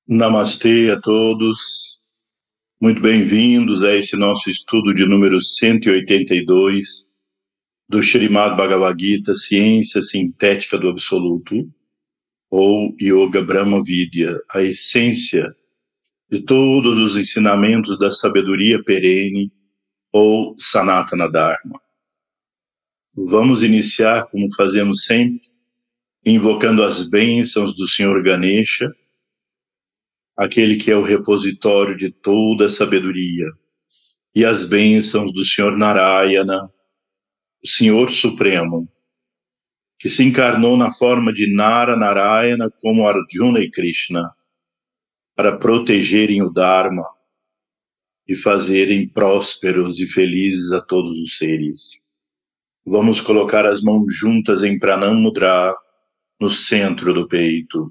Namastê a todos, muito bem-vindos a esse nosso estudo de número 182 do Srimad Bhagavad Gita, Ciência Sintética do Absoluto, ou Yoga Brahma Vidya, a essência de todos os ensinamentos da sabedoria perene, ou Sanatana Dharma. Vamos iniciar, como fazemos sempre, invocando as bênçãos do Senhor Ganesha, aquele que é o repositório de toda a sabedoria, e as bênçãos do Senhor Narayana, o Senhor Supremo, que se encarnou na forma de Nara Narayana como Arjuna e Krishna, para protegerem o Dharma e fazerem prósperos e felizes a todos os seres. Vamos colocar as mãos juntas em Pranam Mudra, no centro do peito.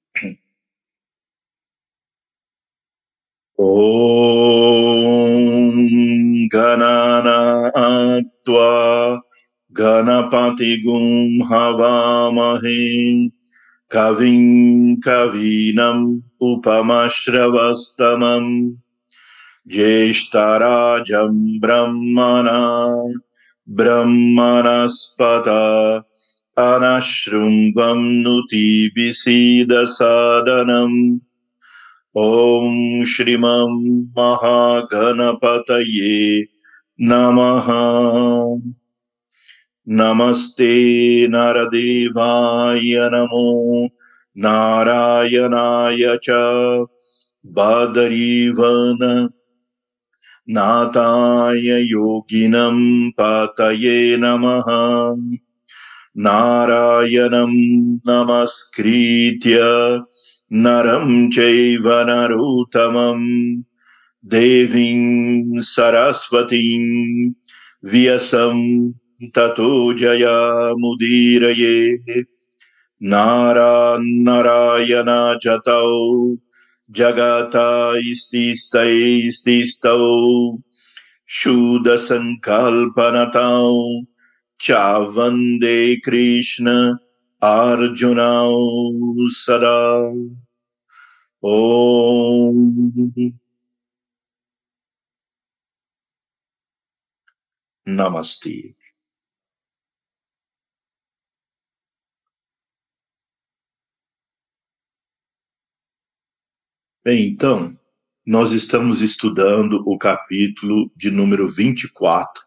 Om Ganana Atva Ganapati Gum Havamahe Kavim Kavinam Upamashravastamam Jeshtarajam Brahmanaspata Anashrumbam Nuti Visida Sadanam Om Shrimam Mahaganapataye Namaha. Namaste Naradevaya Namo Narayanaya Cha Badarivana Nataya Yoginam Pataye Namaha. Narayanam Namaskritya Naram Chaiva Narotamam Devim Saraswatim Vyasam Tato Jaya Mudiraye Narayana Jatau Jagata Ististau Shuddha Sankalpanatau Chavande Krishna Arjuna Sada. Om Namaste. Bem, então, nós estamos estudando o capítulo de número 24,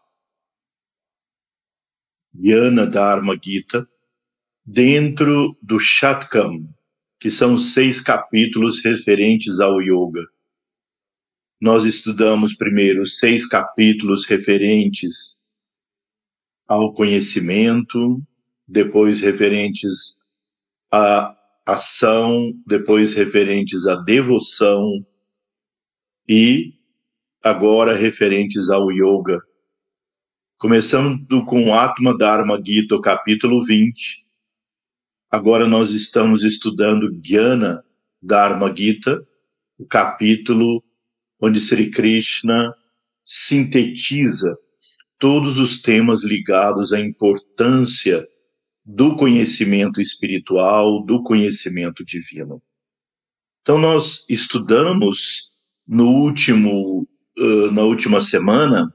Jnana Dharma Gita, dentro do Shatkam, que são 6 capítulos referentes ao yoga. Nós estudamos primeiro 6 capítulos referentes ao conhecimento, depois referentes à ação, depois referentes à devoção e agora referentes ao yoga. Começando com Atma Dharma Gita, o capítulo 20. Agora nós estamos estudando Jnana Dharma Gita, o capítulo onde Sri Krishna sintetiza todos os temas ligados à importância do conhecimento espiritual, do conhecimento divino. Então nós estudamos na última semana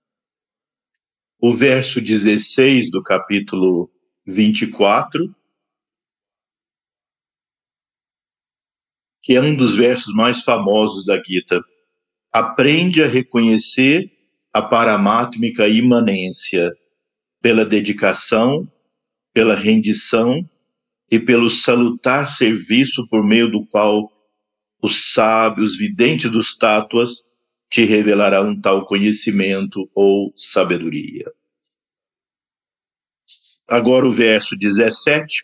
o verso 16 do capítulo 24, que é um dos versos mais famosos da Gita. Aprende a reconhecer a paramátmica imanência pela dedicação, pela rendição e pelo salutar serviço por meio do qual os sábios, videntes dos tátuas, te revelarão tal conhecimento ou sabedoria. Agora o verso 17.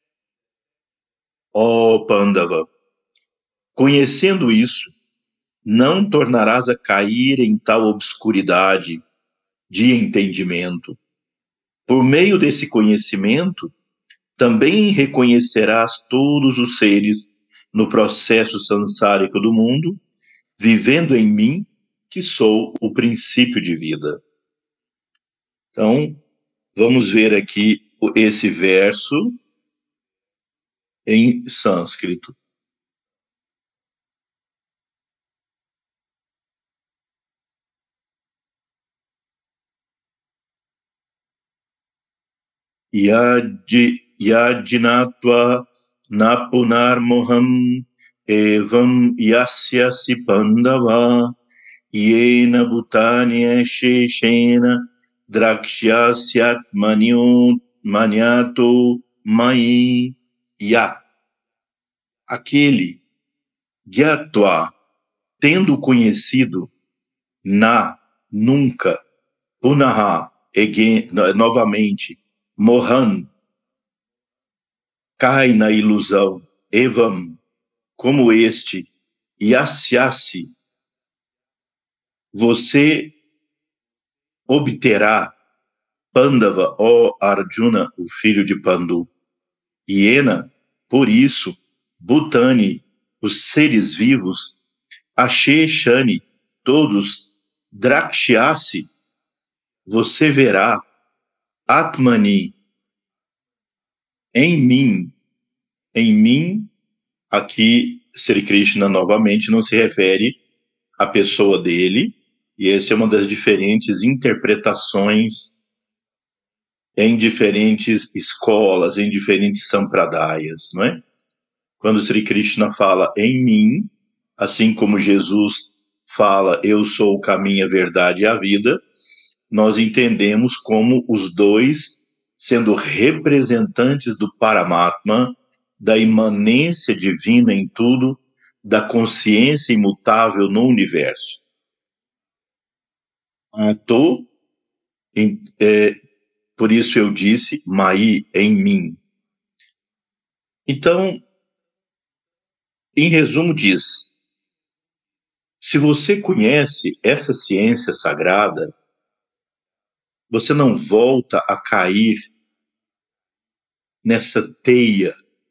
Ó Pandava, conhecendo isso, não tornarás a cair em tal obscuridade de entendimento. Por meio desse conhecimento, também reconhecerás todos os seres no processo sansárico do mundo, vivendo em mim, que sou o princípio de vida. Então, vamos ver aqui esse verso em sânscrito. yajinatva na punarmoham evam yasyasi pandava yena bhutani sheshena drakshasyat manyato mai yat. Aquele gyatva, tendo conhecido, na, nunca, punaha, again, novamente, mohan, cai na ilusão, evam, como este, yasyasi, você obterá, Pandava, ó Arjuna, o filho de Pandu, Iena, por isso, Bhutani, os seres vivos, Ashe Shani, todos, Drakshyasi, você verá, Atmani, em mim, aqui Sri Krishna novamente não se refere à pessoa dele, e essa é uma das diferentes interpretações em diferentes escolas, em diferentes sampradayas, não é? Quando Sri Krishna fala em mim, assim como Jesus fala eu sou o caminho, a verdade e a vida, nós entendemos como os dois sendo representantes do Paramatma, da imanência divina em tudo, da consciência imutável no universo. Por isso eu disse, Mai, em mim. Então, em resumo diz, se você conhece essa ciência sagrada, você não volta a cair nessa teia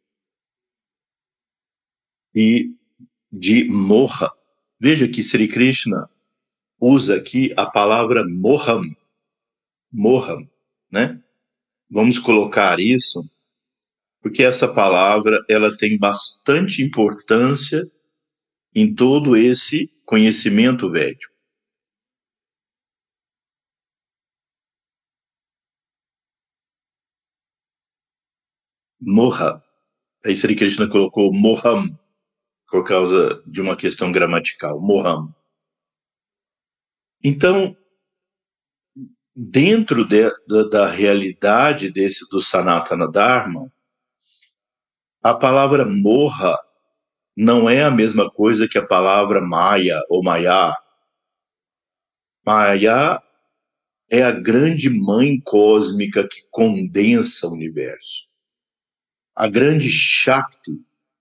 de moha. Veja que Sri Krishna usa aqui a palavra moham, né? Vamos colocar isso, porque essa palavra ela tem bastante importância em todo esse conhecimento védico. Moha. Aí Sri Krishna colocou moham, por causa de uma questão gramatical, moham. Então, dentro da realidade do Sanatana Dharma, a palavra moha não é a mesma coisa que a palavra maya ou maya. Maya é a grande mãe cósmica que condensa o universo. A grande Shakti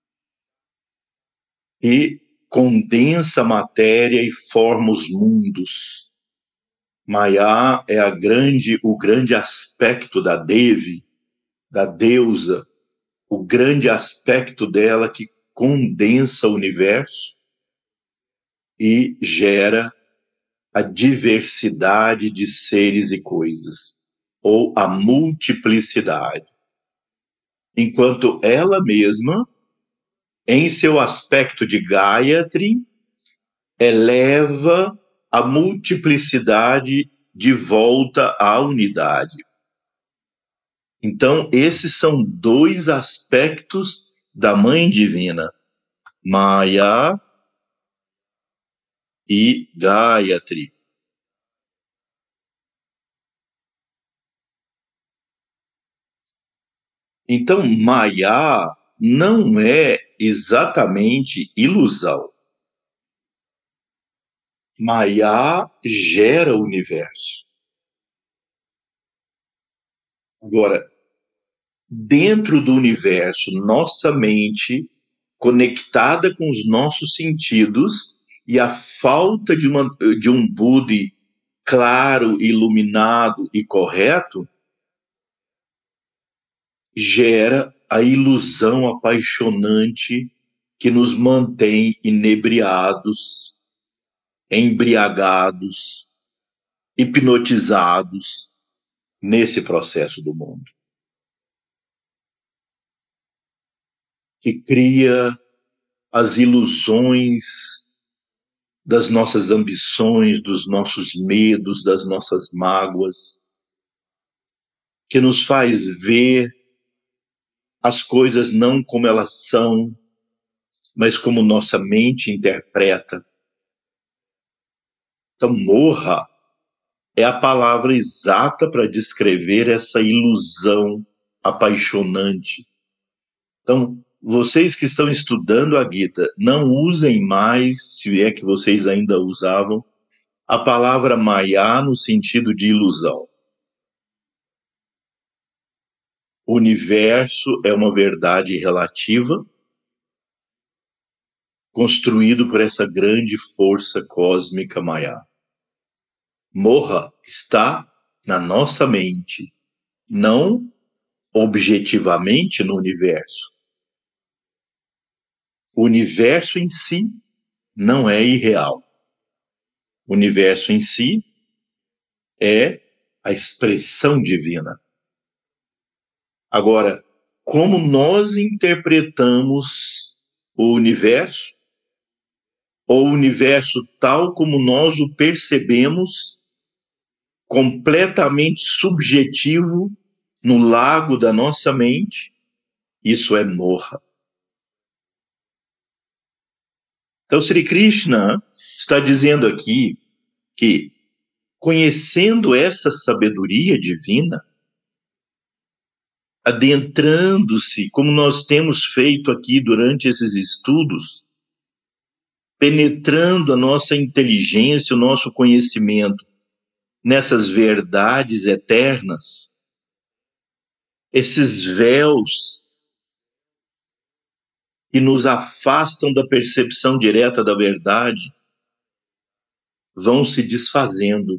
que condensa a matéria e forma os mundos. Maya é o grande aspecto da Devi, da deusa, o grande aspecto dela que condensa o universo e gera a diversidade de seres e coisas, ou a multiplicidade. Enquanto ela mesma, em seu aspecto de Gayatri, eleva a multiplicidade de volta à unidade. Então, esses são dois aspectos da Mãe Divina, Maya e Gayatri. Então, Maya não é exatamente ilusão. Maya gera o universo. Agora, dentro do universo, nossa mente, conectada com os nossos sentidos, e a falta de um Buddhi claro, iluminado e correto, gera a ilusão apaixonante que nos mantém inebriados, embriagados, hipnotizados nesse processo do mundo. Que cria as ilusões das nossas ambições, dos nossos medos, das nossas mágoas, que nos faz ver as coisas não como elas são, mas como nossa mente interpreta. Então, morra é a palavra exata para descrever essa ilusão apaixonante. Então, vocês que estão estudando a Gita, não usem mais, se é que vocês ainda usavam, a palavra Maya no sentido de ilusão. O universo é uma verdade relativa, construído por essa grande força cósmica Maya. Morra está na nossa mente, não objetivamente no universo. O universo em si não é irreal. O universo em si é a expressão divina. Agora, como nós interpretamos o universo, ou o universo tal como nós o percebemos, completamente subjetivo no lago da nossa mente, isso é morra. Então, Sri Krishna está dizendo aqui que, conhecendo essa sabedoria divina, adentrando-se, como nós temos feito aqui durante esses estudos, penetrando a nossa inteligência, o nosso conhecimento nessas verdades eternas, esses véus que nos afastam da percepção direta da verdade vão se desfazendo.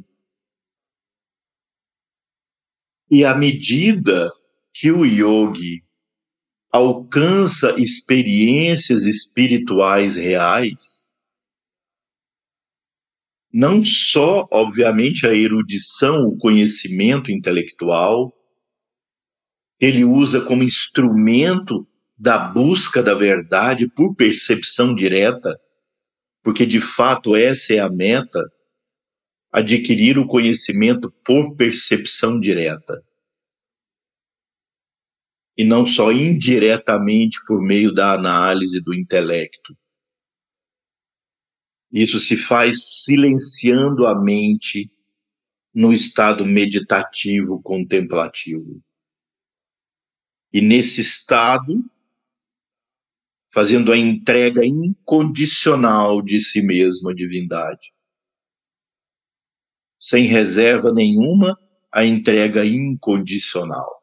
E à medida que o yogi alcança experiências espirituais reais, não só, obviamente, a erudição, o conhecimento intelectual, ele usa como instrumento da busca da verdade por percepção direta, porque de fato essa é a meta, adquirir o conhecimento por percepção direta. E não só indiretamente por meio da análise do intelecto. Isso se faz silenciando a mente no estado meditativo, contemplativo. E nesse estado, fazendo a entrega incondicional de si mesmo à divindade. Sem reserva nenhuma, a entrega incondicional.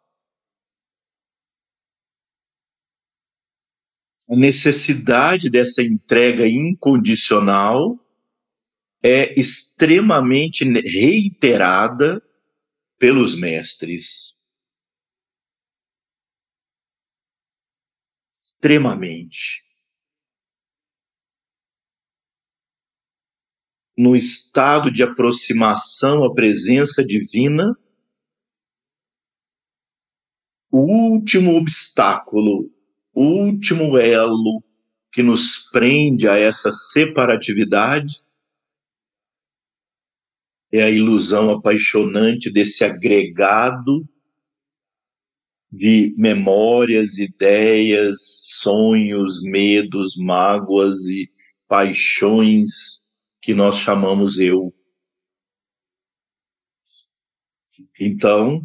A necessidade dessa entrega incondicional é extremamente reiterada pelos mestres. Extremamente. No estado de aproximação à presença divina, o último obstáculo, o último elo que nos prende a essa separatividade é a ilusão apaixonante desse agregado de memórias, ideias, sonhos, medos, mágoas e paixões que nós chamamos eu. Então,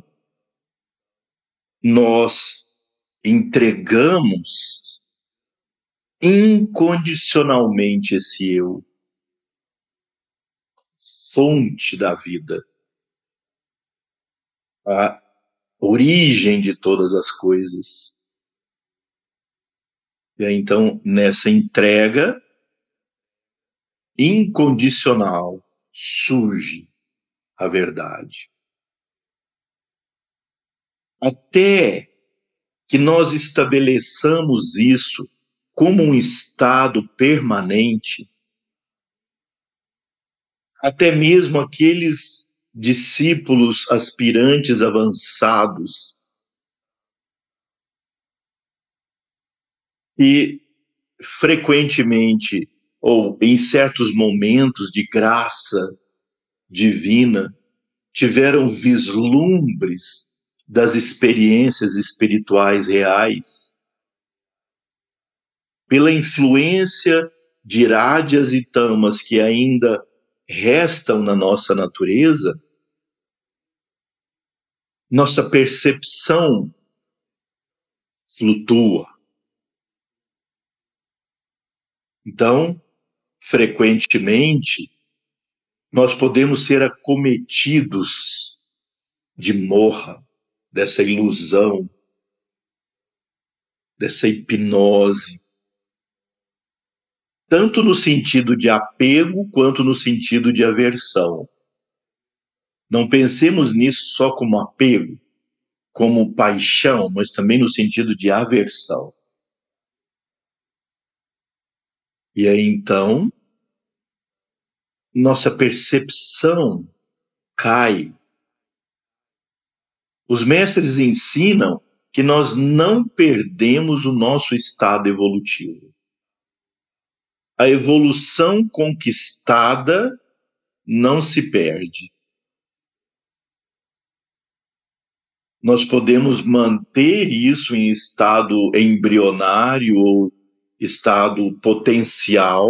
nós entregamos incondicionalmente esse eu, fonte da vida, a origem de todas as coisas. E aí, então, nessa entrega incondicional, surge a verdade. Até que nós estabeleçamos isso como um estado permanente, até mesmo aqueles discípulos aspirantes avançados e frequentemente ou em certos momentos de graça divina tiveram vislumbres das experiências espirituais reais, pela influência de rádias e tamas que ainda restam na nossa natureza, nossa percepção flutua. Então, frequentemente, nós podemos ser acometidos de morra, dessa ilusão, dessa hipnose, tanto no sentido de apego quanto no sentido de aversão. Não pensemos nisso só como apego, como paixão, mas também no sentido de aversão. E aí, então, nossa percepção cai. Os mestres ensinam que nós não perdemos o nosso estado evolutivo. A evolução conquistada não se perde. Nós podemos manter isso em estado embrionário ou estado potencial,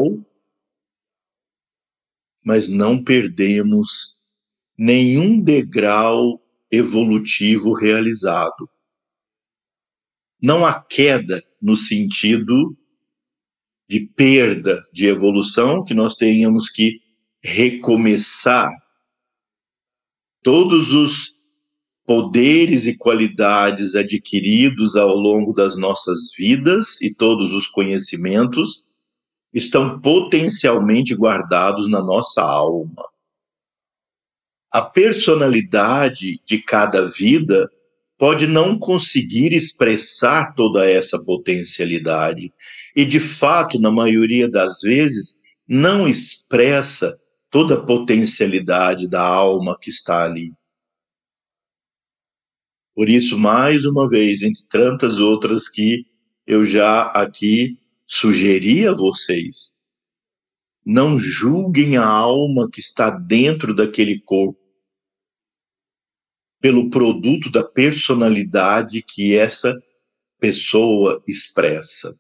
mas não perdemos nenhum degrau evolutivo realizado. Não há queda no sentido de perda de evolução, que nós tenhamos que recomeçar. Todos os poderes e qualidades adquiridos ao longo das nossas vidas e todos os conhecimentos estão potencialmente guardados na nossa alma. A personalidade de cada vida pode não conseguir expressar toda essa potencialidade e, de fato, na maioria das vezes, não expressa toda a potencialidade da alma que está ali. Por isso, mais uma vez, entre tantas outras que eu já aqui sugeri a vocês, não julguem a alma que está dentro daquele corpo pelo produto da personalidade que essa pessoa expressa.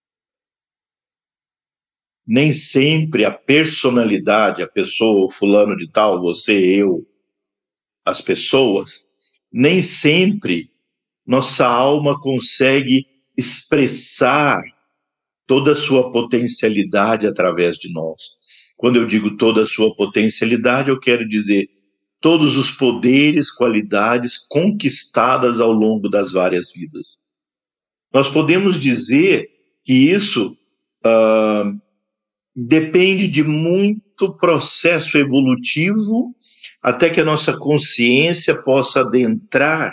Nem sempre a personalidade, a pessoa, o fulano de tal, você, eu, as pessoas, nem sempre nossa alma consegue expressar toda a sua potencialidade através de nós. Quando eu digo toda a sua potencialidade, eu quero dizer todos os poderes, qualidades conquistadas ao longo das várias vidas. Nós podemos dizer que isso depende de muito processo evolutivo até que a nossa consciência possa adentrar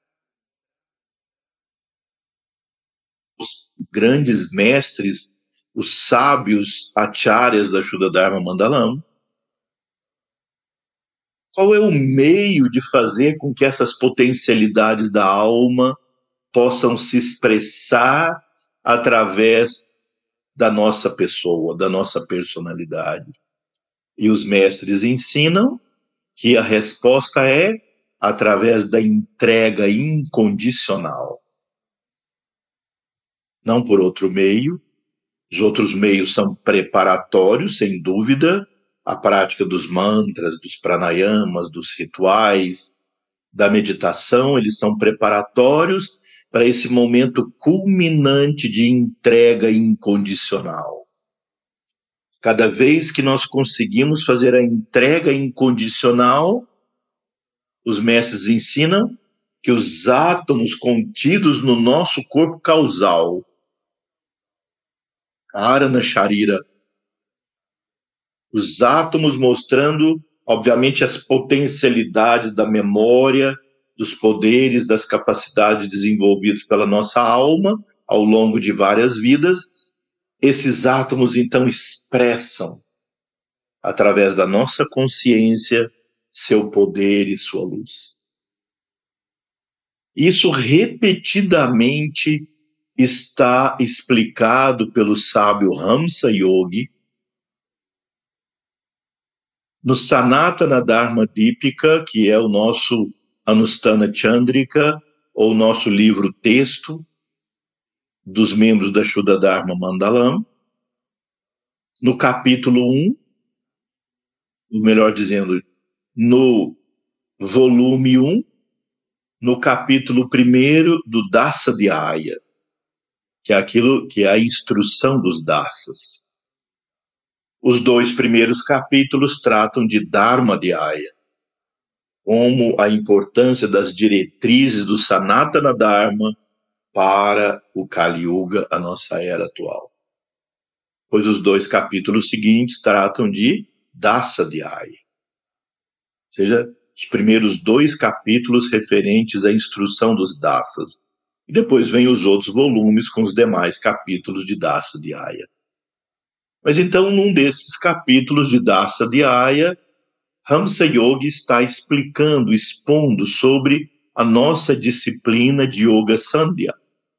os grandes mestres, os sábios acharyas da Shuddha Dharma Mandalam. Qual é o meio de fazer com que essas potencialidades da alma possam se expressar através da nossa pessoa, da nossa personalidade? E os mestres ensinam que a resposta é através da entrega incondicional. Não por outro meio. Os outros meios são preparatórios, sem dúvida, a prática dos mantras, dos pranayamas, dos rituais, da meditação, eles são preparatórios para esse momento culminante de entrega incondicional. Cada vez que nós conseguimos fazer a entrega incondicional, os mestres ensinam que os átomos contidos no nosso corpo causal, Karana Sharira, os átomos mostrando, obviamente, as potencialidades da memória, dos poderes, das capacidades desenvolvidos pela nossa alma ao longo de várias vidas. Esses átomos, então, expressam, através da nossa consciência, seu poder e sua luz. Isso repetidamente está explicado pelo sábio Hamsa Yogi no Sanatana Dharma Dipika, que é o nosso Anustana Chandrika, ou nosso livro texto dos membros da Shuddha Dharma Mandalam, no capítulo 1, melhor dizendo, no volume 1, no capítulo 1 do Dasa Dhyaya, que é aquilo que é a instrução dos dasas. Os 2 primeiros capítulos tratam de Dharma Dhyaya, como a importância das diretrizes do Sanatana Dharma para o Kali Yuga, a nossa era atual. Pois os 2 capítulos seguintes tratam de Dasa Dhyaya, ou seja, os primeiros 2 capítulos referentes à instrução dos dasas. E depois vem os outros volumes com os demais capítulos de Dasa Dhyaya. Mas então, num desses capítulos de Dasa Dhyaya, Hamsa Yogi está explicando, expondo sobre a nossa disciplina de Yoga Sandhya,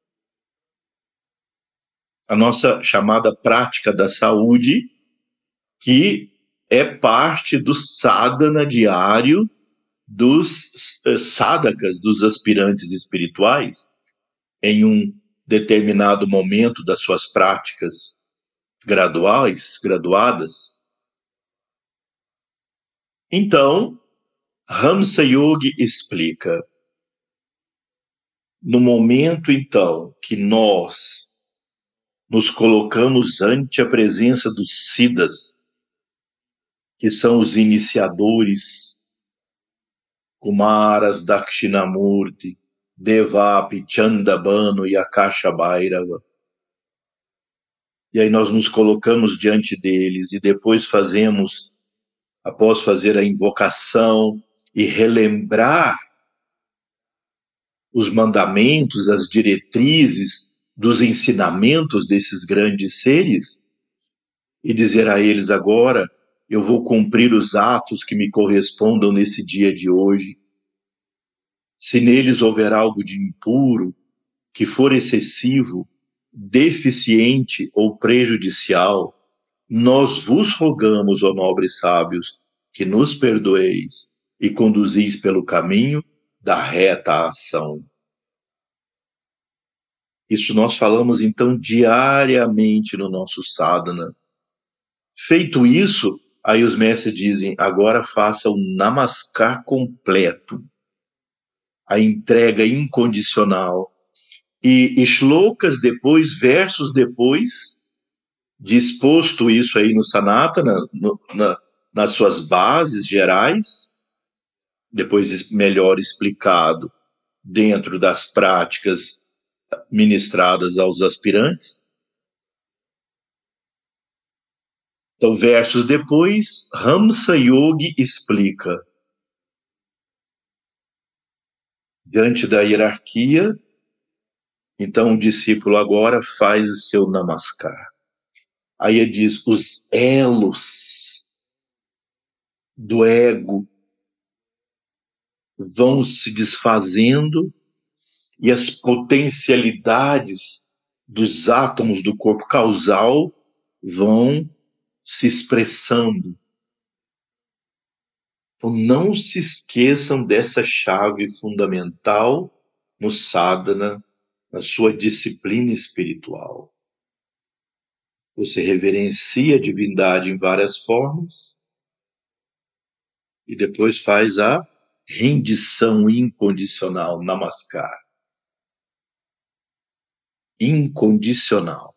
a nossa chamada prática da saúde, que é parte do sadhana diário dos sadhakas, dos aspirantes espirituais, em um determinado momento das suas práticas graduadas. Então, Hamsa Yogi explica, no momento então que nós nos colocamos ante a presença dos Siddhas, que são os iniciadores, Kumaras, Dakshinamurti, Devapi, Chandabano e Akasha Bhairava. E aí nós nos colocamos diante deles e depois fazemos, após fazer a invocação e relembrar os mandamentos, as diretrizes dos ensinamentos desses grandes seres, e dizer a eles agora, eu vou cumprir os atos que me correspondam nesse dia de hoje. Se neles houver algo de impuro, que for excessivo, deficiente ou prejudicial, nós vos rogamos, ó nobres sábios, que nos perdoeis e conduzis pelo caminho da reta ação. Isso nós falamos então diariamente no nosso sadhana. Feito isso, aí os mestres dizem, agora faça o namaskar completo, a entrega incondicional. E shlokas depois, versos depois, disposto isso aí no Sanatana, nas suas bases gerais, depois melhor explicado dentro das práticas ministradas aos aspirantes. Então, versos depois, Hamsa Yogi explica. Diante da hierarquia, então o discípulo agora faz o seu namaskar. Aí ele diz, os elos do ego vão se desfazendo e as potencialidades dos átomos do corpo causal vão se expressando. Então não se esqueçam dessa chave fundamental no sadhana, na sua disciplina espiritual. Você reverencia a divindade em várias formas e depois faz a rendição incondicional, namaskar. Incondicional.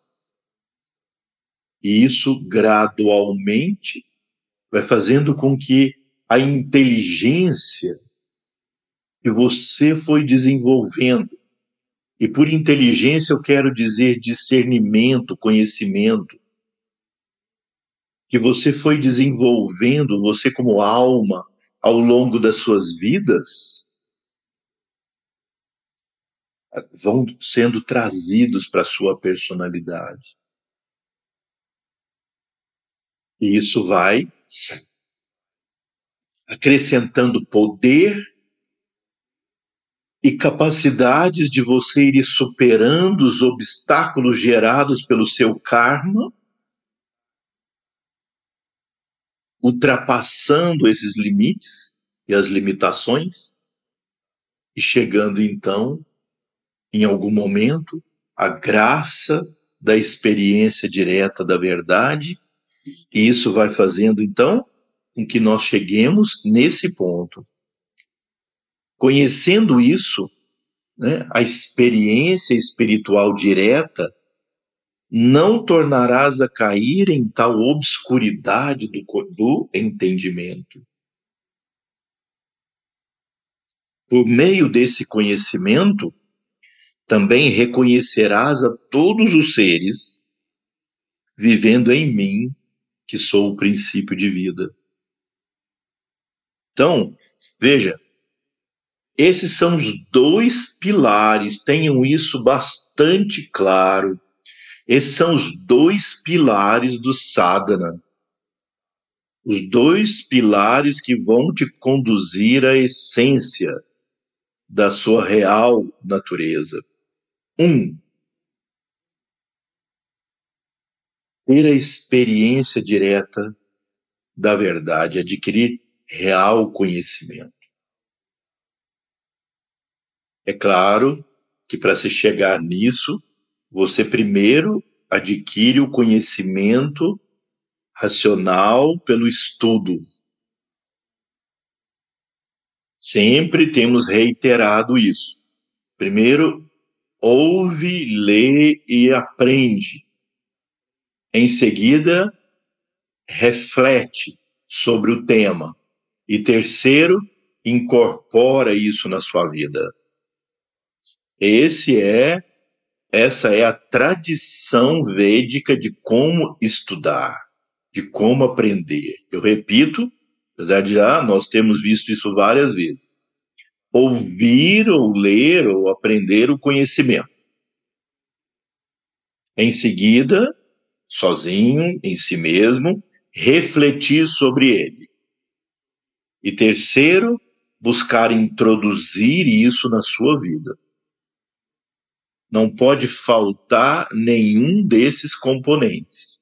E isso gradualmente vai fazendo com que a inteligência que você foi desenvolvendo, e por inteligência eu quero dizer discernimento, conhecimento, que você foi desenvolvendo, você como alma, ao longo das suas vidas, vão sendo trazidos para a sua personalidade. E isso vai acrescentando poder e capacidades de você ir superando os obstáculos gerados pelo seu karma, ultrapassando esses limites e as limitações, e chegando então, em algum momento, a graça da experiência direta da verdade, e isso vai fazendo então com que nós cheguemos nesse ponto. Conhecendo isso, né, a experiência espiritual direta, não tornarás a cair em tal obscuridade do entendimento. Por meio desse conhecimento, também reconhecerás a todos os seres vivendo em mim, que sou o princípio de vida. Então, veja, esses são os dois pilares, tenham isso bastante claro. Esses são os dois pilares do sadhana. Os dois pilares que vão te conduzir à essência da sua real natureza. Ter a experiência direta da verdade, adquirir real conhecimento. É claro que para se chegar nisso, você primeiro adquire o conhecimento racional pelo estudo. Sempre temos reiterado isso. Primeiro, ouve, lê e aprende. Em seguida, reflete sobre o tema. E terceiro, incorpora isso na sua vida. Essa é a tradição védica de como estudar, de como aprender. Eu repito, apesar de já nós temos visto isso várias vezes. Ouvir ou ler ou aprender o conhecimento. Em seguida, sozinho, em si mesmo, refletir sobre ele. E terceiro, buscar introduzir isso na sua vida. Não pode faltar nenhum desses componentes.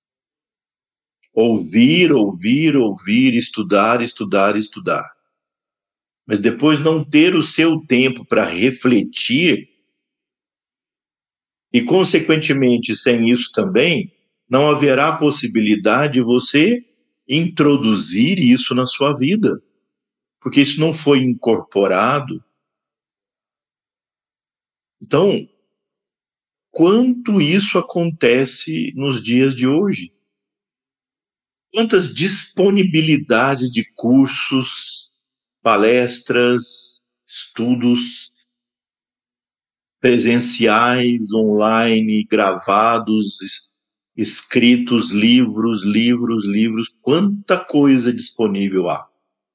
Ouvir, ouvir, ouvir, estudar, estudar, estudar. Mas depois não ter o seu tempo para refletir e, consequentemente, sem isso também, não haverá possibilidade de você introduzir isso na sua vida, porque isso não foi incorporado. Então, quanto isso acontece nos dias de hoje? Quantas disponibilidades de cursos, palestras, estudos presenciais, online, gravados, escritos, livros, livros, livros, quanta coisa disponível há.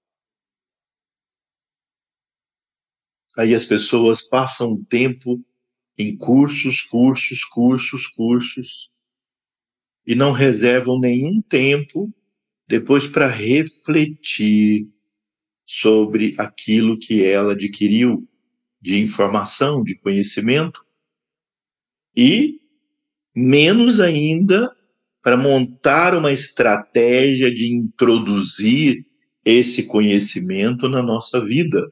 Aí as pessoas passam tempo em cursos, cursos, cursos, cursos, e não reservam nenhum tempo depois para refletir sobre aquilo que ela adquiriu de informação, de conhecimento, e menos ainda para montar uma estratégia de introduzir esse conhecimento na nossa vida.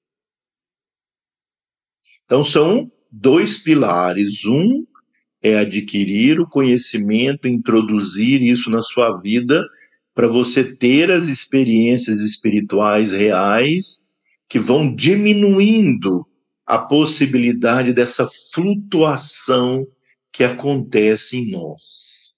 Então, são dois pilares. Um é adquirir o conhecimento, introduzir isso na sua vida para você ter as experiências espirituais reais que vão diminuindo a possibilidade dessa flutuação que acontece em nós.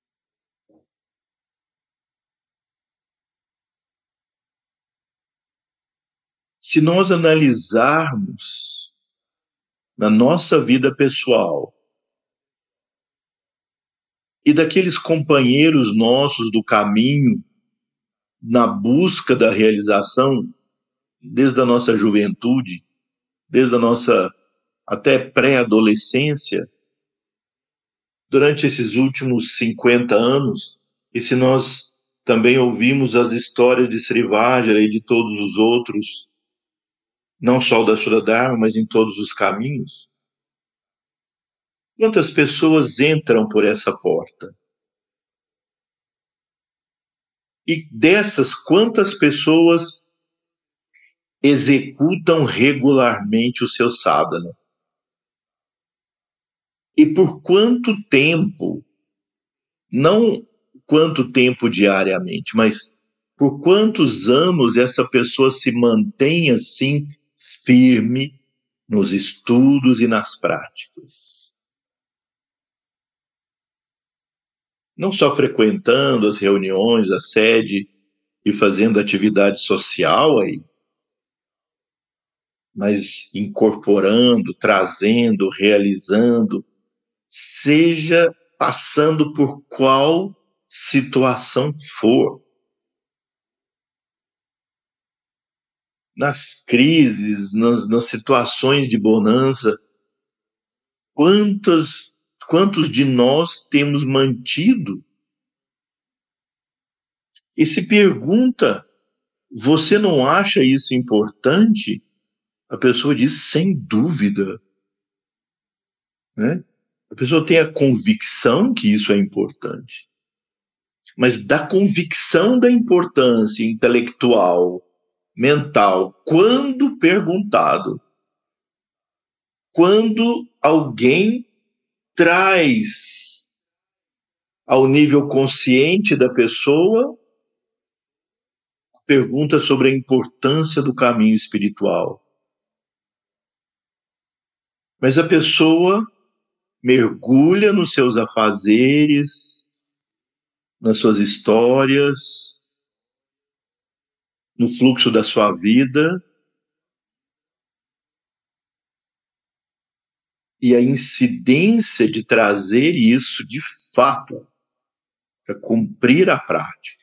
Se nós analisarmos na nossa vida pessoal e daqueles companheiros nossos do caminho, na busca da realização, desde a nossa juventude, desde a nossa até pré-adolescência, durante esses últimos 50 anos, e se nós também ouvimos as histórias de Srivajra e de todos os outros, não só o da Suradharma, mas em todos os caminhos, quantas pessoas entram por essa porta? E dessas, quantas pessoas executam regularmente o seu sadhana. E por quanto tempo, não quanto tempo diariamente, mas por quantos anos essa pessoa se mantém assim firme nos estudos e nas práticas. Não só frequentando as reuniões, a sede e fazendo atividade social aí, mas incorporando, trazendo, realizando, seja passando por qual situação for. Nas crises, nas situações de bonança, quantos de nós temos mantido? E se pergunta, você não acha isso importante? A pessoa diz, sem dúvida. Né? A pessoa tem a convicção que isso é importante. Mas da convicção da importância intelectual, mental, quando perguntado, quando alguém traz ao nível consciente da pessoa a pergunta sobre a importância do caminho espiritual. Mas a pessoa mergulha nos seus afazeres, nas suas histórias, no fluxo da sua vida, e a incidência de trazer isso de fato para cumprir a prática.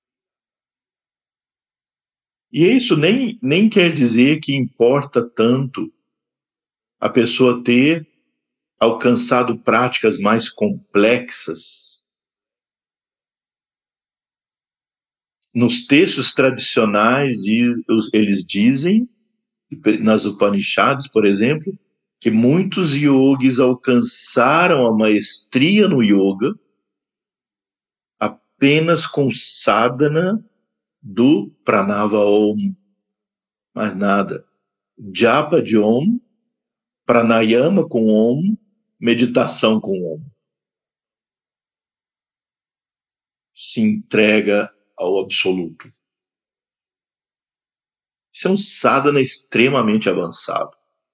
E isso nem quer dizer que importa tanto a pessoa ter alcançado práticas mais complexas. Nos textos tradicionais, eles dizem, nas Upanishads, por exemplo, que muitos yogis alcançaram a maestria no yoga apenas com sadhana do pranava om, mais nada. Japa de om, pranayama com om, meditação com om. Se entrega ao absoluto. Isso é um sadhana extremamente avançado.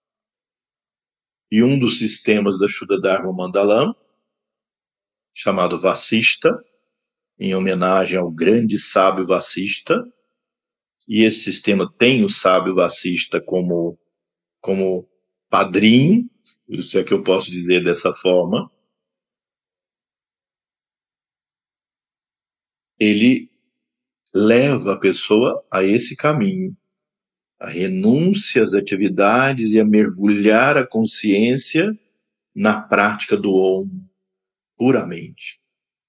E um dos sistemas da Shuddha Dharma Mandalam, chamado Vasista, em homenagem ao grande sábio Vasista, e esse sistema tem o sábio Vasista como padrinho, isso é que eu posso dizer dessa forma, ele leva a pessoa a esse caminho, a renúncia às atividades e a mergulhar a consciência na prática do Om, puramente.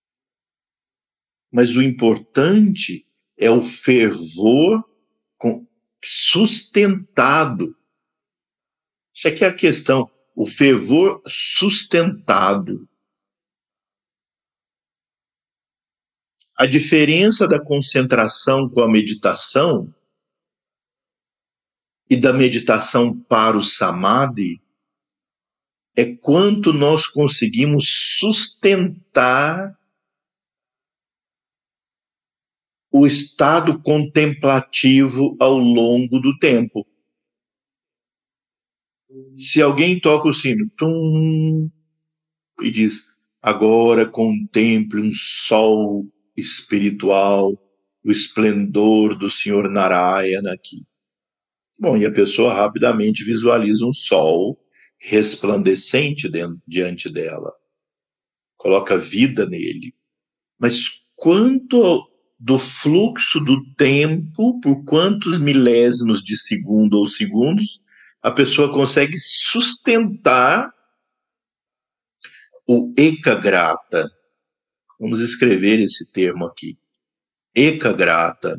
Mas o importante é o fervor sustentado. Isso aqui é a questão, o fervor sustentado. A diferença da concentração com a meditação e da meditação para o samadhi é quanto nós conseguimos sustentar o estado contemplativo ao longo do tempo. Se alguém toca o sino, tum, e diz, agora contemple um sol espiritual, o esplendor do Senhor Narayana aqui. Bom, e a pessoa rapidamente visualiza um sol resplandecente diante dela. Coloca vida nele. Mas quanto do fluxo do tempo, por quantos milésimos de segundo ou segundos, a pessoa consegue sustentar o ekagrata. Vamos escrever esse termo aqui. Ekagrata.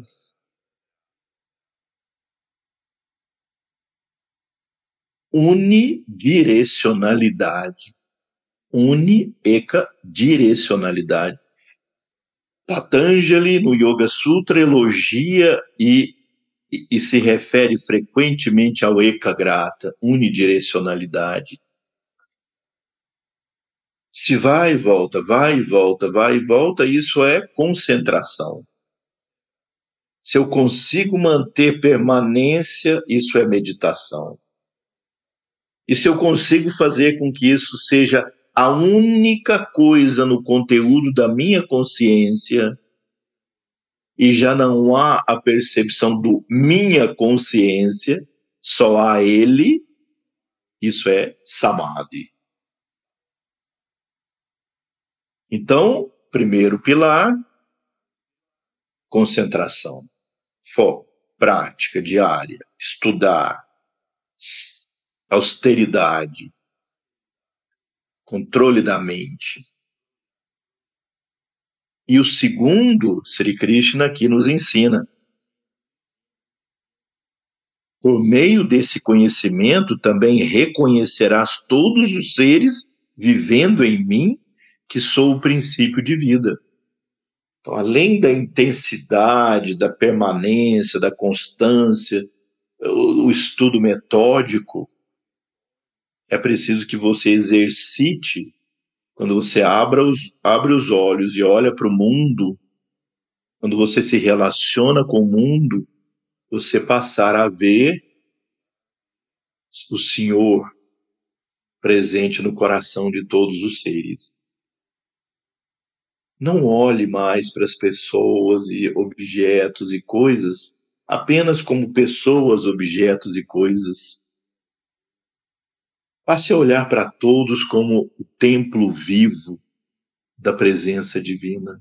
Unidirecionalidade. Eka-direcionalidade. Patanjali, no Yoga Sutra, elogia e e se refere frequentemente ao ekagrata, unidirecionalidade. Se vai e volta, vai e volta, vai e volta, isso é concentração. Se eu consigo manter permanência, isso é meditação. E se eu consigo fazer com que isso seja a única coisa no conteúdo da minha consciência, e já não há a percepção do minha consciência, só há ele, isso é samadhi. Então, primeiro pilar, concentração, foco, prática diária, estudar, austeridade, controle da mente. E o segundo, Sri Krishna aqui nos ensina. Por meio desse conhecimento, também reconhecerás todos os seres vivendo em mim, que sou o princípio de vida. Então, além da intensidade, da permanência, da constância, o estudo metódico, é preciso que você exercite. Quando você abre os olhos e olha para o mundo, quando você se relaciona com o mundo, você passar a ver o Senhor presente no coração de todos os seres. Não olhe mais para as pessoas e objetos e coisas apenas como pessoas, objetos e coisas. Passe a olhar para todos como o templo vivo da presença divina.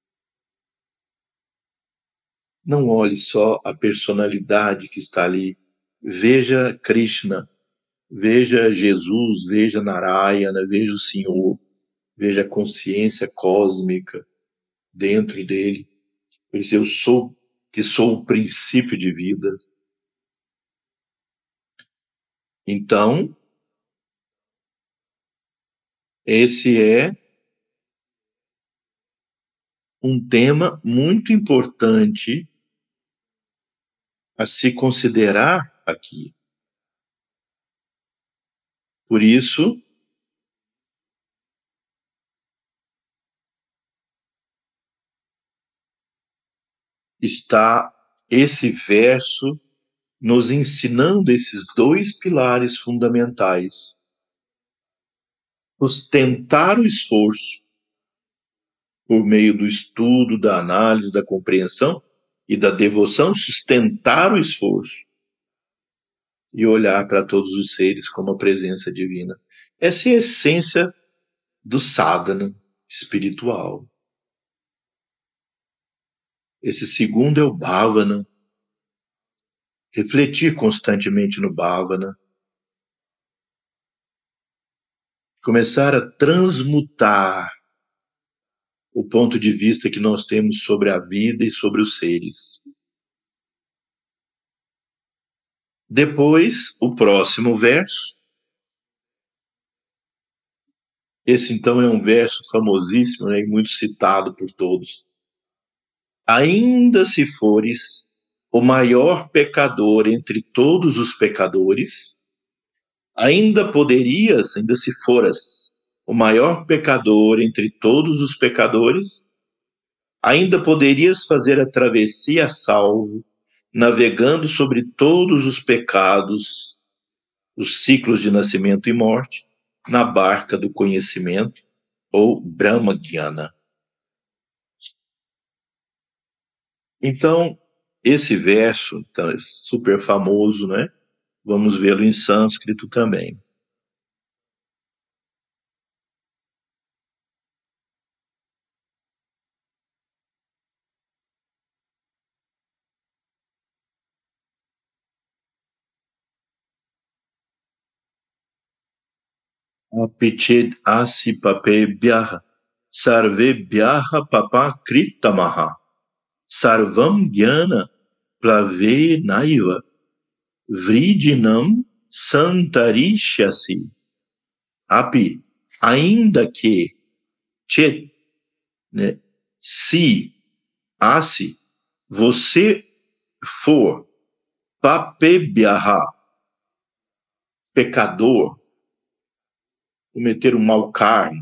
Não olhe só a personalidade que está ali. Veja Krishna, veja Jesus, veja Narayana, veja o Senhor, veja a consciência cósmica dentro dele. Por isso eu sou o princípio de vida. Então, esse é um tema muito importante a se considerar aqui. Por isso, está esse verso nos ensinando esses dois pilares fundamentais. Sustentar o esforço por meio do estudo, da análise, da compreensão e da devoção, sustentar o esforço e olhar para todos os seres como a presença divina. Essa é a essência do sadhana espiritual. Esse segundo é o bhavana. Refletir constantemente no bhavana. Começar a transmutar o ponto de vista que nós temos sobre a vida e sobre os seres. Depois, o próximo verso. Esse, então, é um verso famosíssimo, né, e muito citado por todos. Ainda se fores o maior pecador entre todos os pecadores, ainda se foras o maior pecador entre todos os pecadores, ainda poderias fazer a travessia a salvo, navegando sobre todos os pecados, os ciclos de nascimento e morte, na barca do conhecimento, ou Brahma-Gyana. Então, esse verso então, é super famoso, né? Vamos vê-lo em sânscrito também. Apiched asipapebhyah sarvebhyah papa kritamaha sarvam jnana plavenaiva vridinam santarishyasi. Api, ainda que, chet, né, se, você for papebyaha, pecador, cometer um mau karma.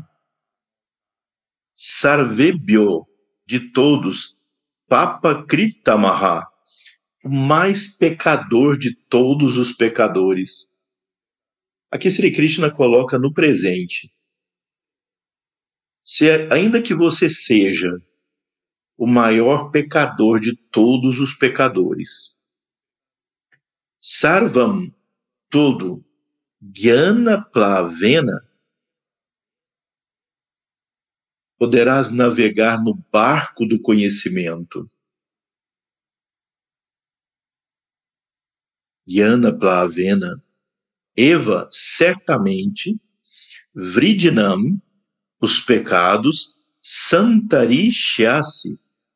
Sarvebhyo, de todos, papakritamaha, o mais pecador de todos os pecadores. Aqui Sri Krishna coloca no presente. Ainda que você seja o maior pecador de todos os pecadores, sarvam, todo, jnana plavena, poderás navegar no barco do conhecimento. Jnana plavena, eva, certamente, vridinam, os pecados, santarishyasi,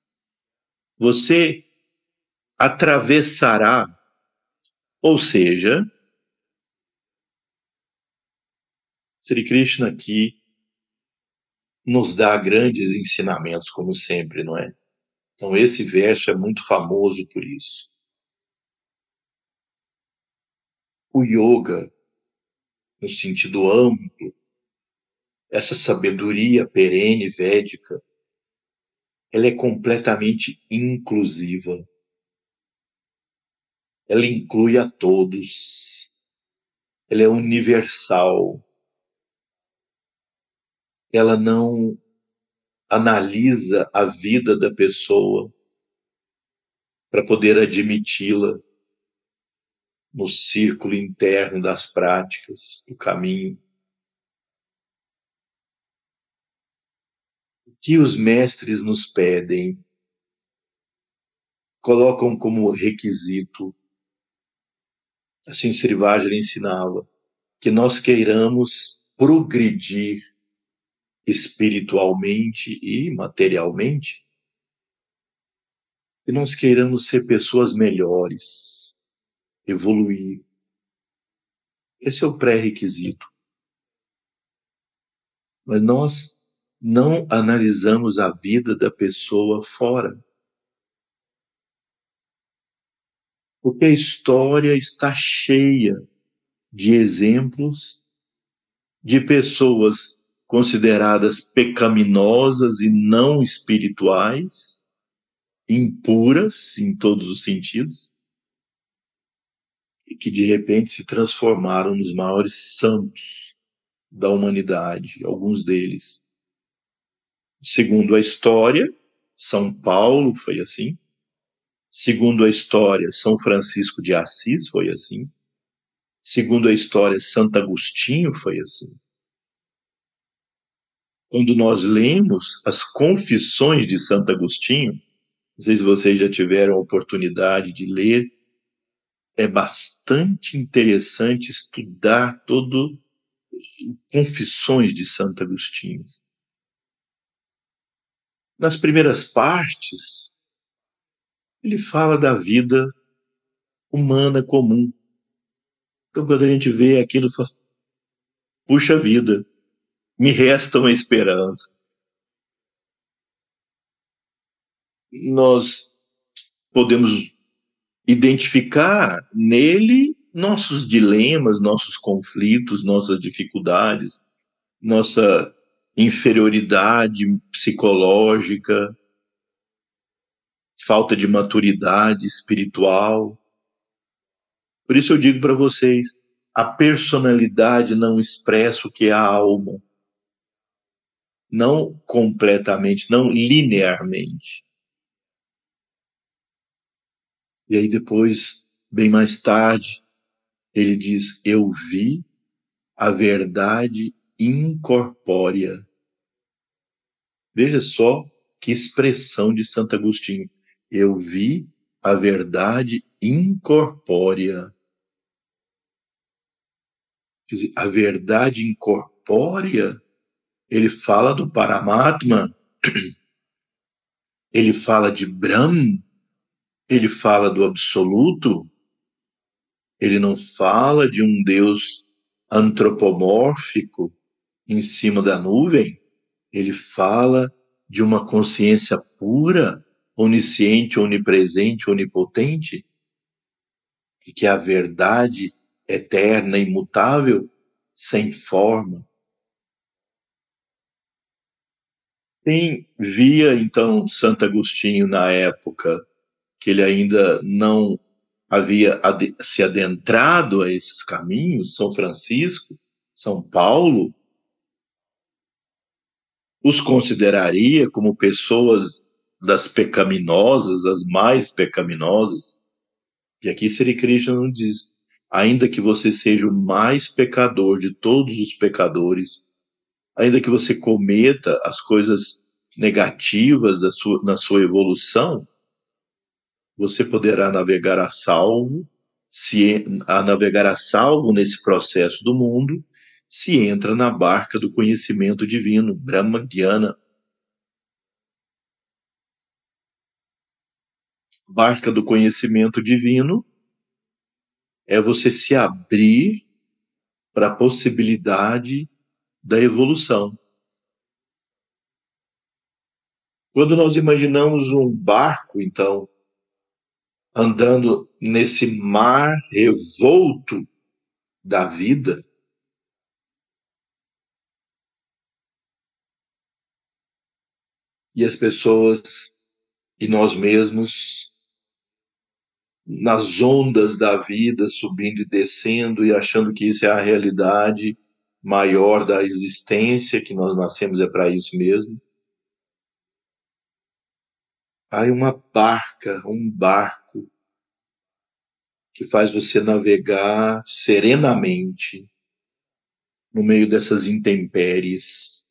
você atravessará, ou seja, Sri Krishna aqui nos dá grandes ensinamentos, como sempre, não é? Então esse verso é muito famoso por isso. O yoga, no sentido amplo, essa sabedoria perene védica, ela é completamente inclusiva. Ela inclui a todos. Ela é universal. Ela não analisa a vida da pessoa para poder admiti-la no círculo interno das práticas, do caminho. O que os mestres nos pedem, colocam como requisito, assim Sri Vajra ensinava, que nós queiramos progredir espiritualmente e materialmente, que nós queiramos ser pessoas melhores, evoluir. Esse é o pré-requisito. Mas nós não analisamos a vida da pessoa fora. Porque a história está cheia de exemplos de pessoas consideradas pecaminosas e não espirituais, impuras em todos os sentidos, e que de repente se transformaram nos maiores santos da humanidade, alguns deles. Segundo a história, São Paulo foi assim. Segundo a história, São Francisco de Assis foi assim. Segundo a história, Santo Agostinho foi assim. Quando nós lemos as Confissões de Santo Agostinho, não sei se vocês já tiveram a oportunidade de ler, é bastante interessante estudar todo Confissões de Santo Agostinho. Nas primeiras partes, ele fala da vida humana comum. Então, quando a gente vê aquilo, fala, puxa vida, me resta uma esperança. Nós podemos identificar nele nossos dilemas, nossos conflitos, nossas dificuldades, nossa inferioridade psicológica, falta de maturidade espiritual. Por isso eu digo para vocês, a personalidade não expressa o que é a alma. Não completamente, não linearmente. E aí depois, bem mais tarde, ele diz, eu vi a verdade incorpórea. Veja só que expressão de Santo Agostinho. Eu vi a verdade incorpórea. Quer dizer, a verdade incorpórea, ele fala do Paramatma, ele fala de Brahman, ele fala do absoluto, ele não fala de um Deus antropomórfico em cima da nuvem, ele fala de uma consciência pura, onisciente, onipresente, onipotente. e que a verdade eterna, imutável, sem forma. Quem via, então, Santo Agostinho na época, que ele ainda não havia se adentrado a esses caminhos, São Francisco, São Paulo, os consideraria como pessoas das pecaminosas, as mais pecaminosas. E aqui Sri Krishna nos diz: ainda que você seja o mais pecador de todos os pecadores, ainda que você cometa as coisas negativas na sua evolução, você poderá navegar a salvo, a navegar a salvo nesse processo do mundo, se entra na barca do conhecimento divino, Brahma Dhyana. Barca do conhecimento divino é você se abrir para a possibilidade da evolução. Quando nós imaginamos um barco, então, andando nesse mar revolto da vida, e as pessoas e nós mesmos nas ondas da vida, subindo e descendo e achando que isso é a realidade maior da existência, que nós nascemos é para isso mesmo. Há uma barca, um barco que faz você navegar serenamente no meio dessas intempéries.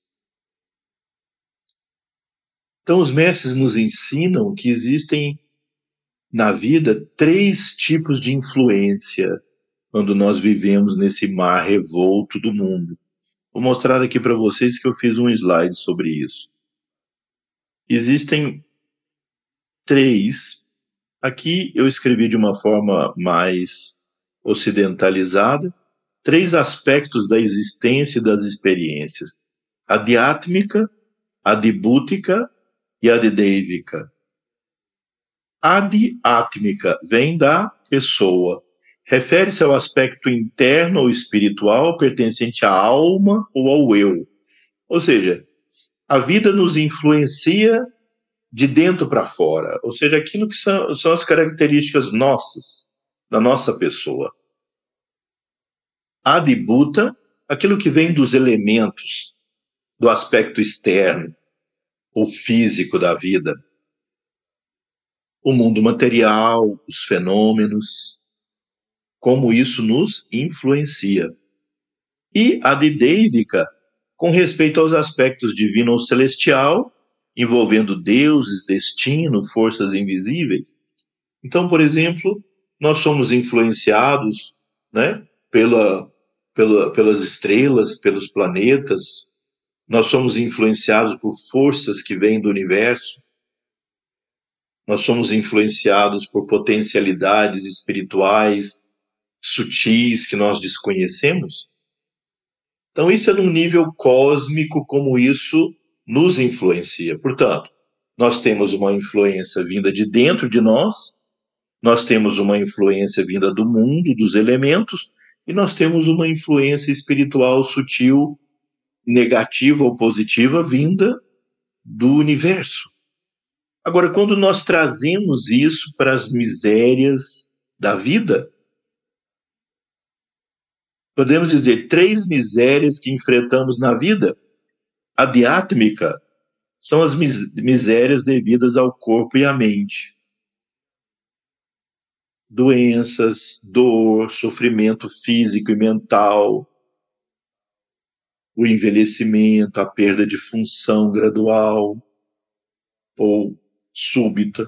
Então, os mestres nos ensinam que existem na vida 3 tipos de influência quando nós vivemos nesse mar revolto do mundo. Vou mostrar aqui para vocês que eu fiz um slide sobre isso. Existem 3. Aqui eu escrevi de uma forma mais ocidentalizada 3 aspectos da existência e das experiências: a diátmica, a dibútica e a deívica. A diátmica vem da pessoa. Refere-se ao aspecto interno ou espiritual pertencente à alma ou ao eu. Ou seja, a vida nos influencia de dentro para fora. Ou seja, aquilo que são as características nossas, da nossa pessoa. A dibuta, aquilo que vem dos elementos, do aspecto externo, ou físico da vida. O mundo material, os fenômenos, como isso nos influencia. E a didêvica, com respeito aos aspectos divino ou celestial, envolvendo deuses, destino, forças invisíveis. Então, por exemplo, nós somos influenciados, né, pelas estrelas, pelos planetas, nós somos influenciados por forças que vêm do universo, nós somos influenciados por potencialidades espirituais sutis que nós desconhecemos. Então, isso é num nível cósmico, como isso nos influencia. Portanto, nós temos uma influência vinda de dentro de nós temos uma influência vinda do mundo, dos elementos, e nós temos uma influência espiritual sutil, negativa ou positiva, vinda do universo. Agora, quando nós trazemos isso para as misérias da vida, podemos dizer 3 misérias que enfrentamos na vida. A diátmica são as misérias devidas ao corpo e à mente. Doenças, dor, sofrimento físico e mental, o envelhecimento, a perda de função gradual ou súbita,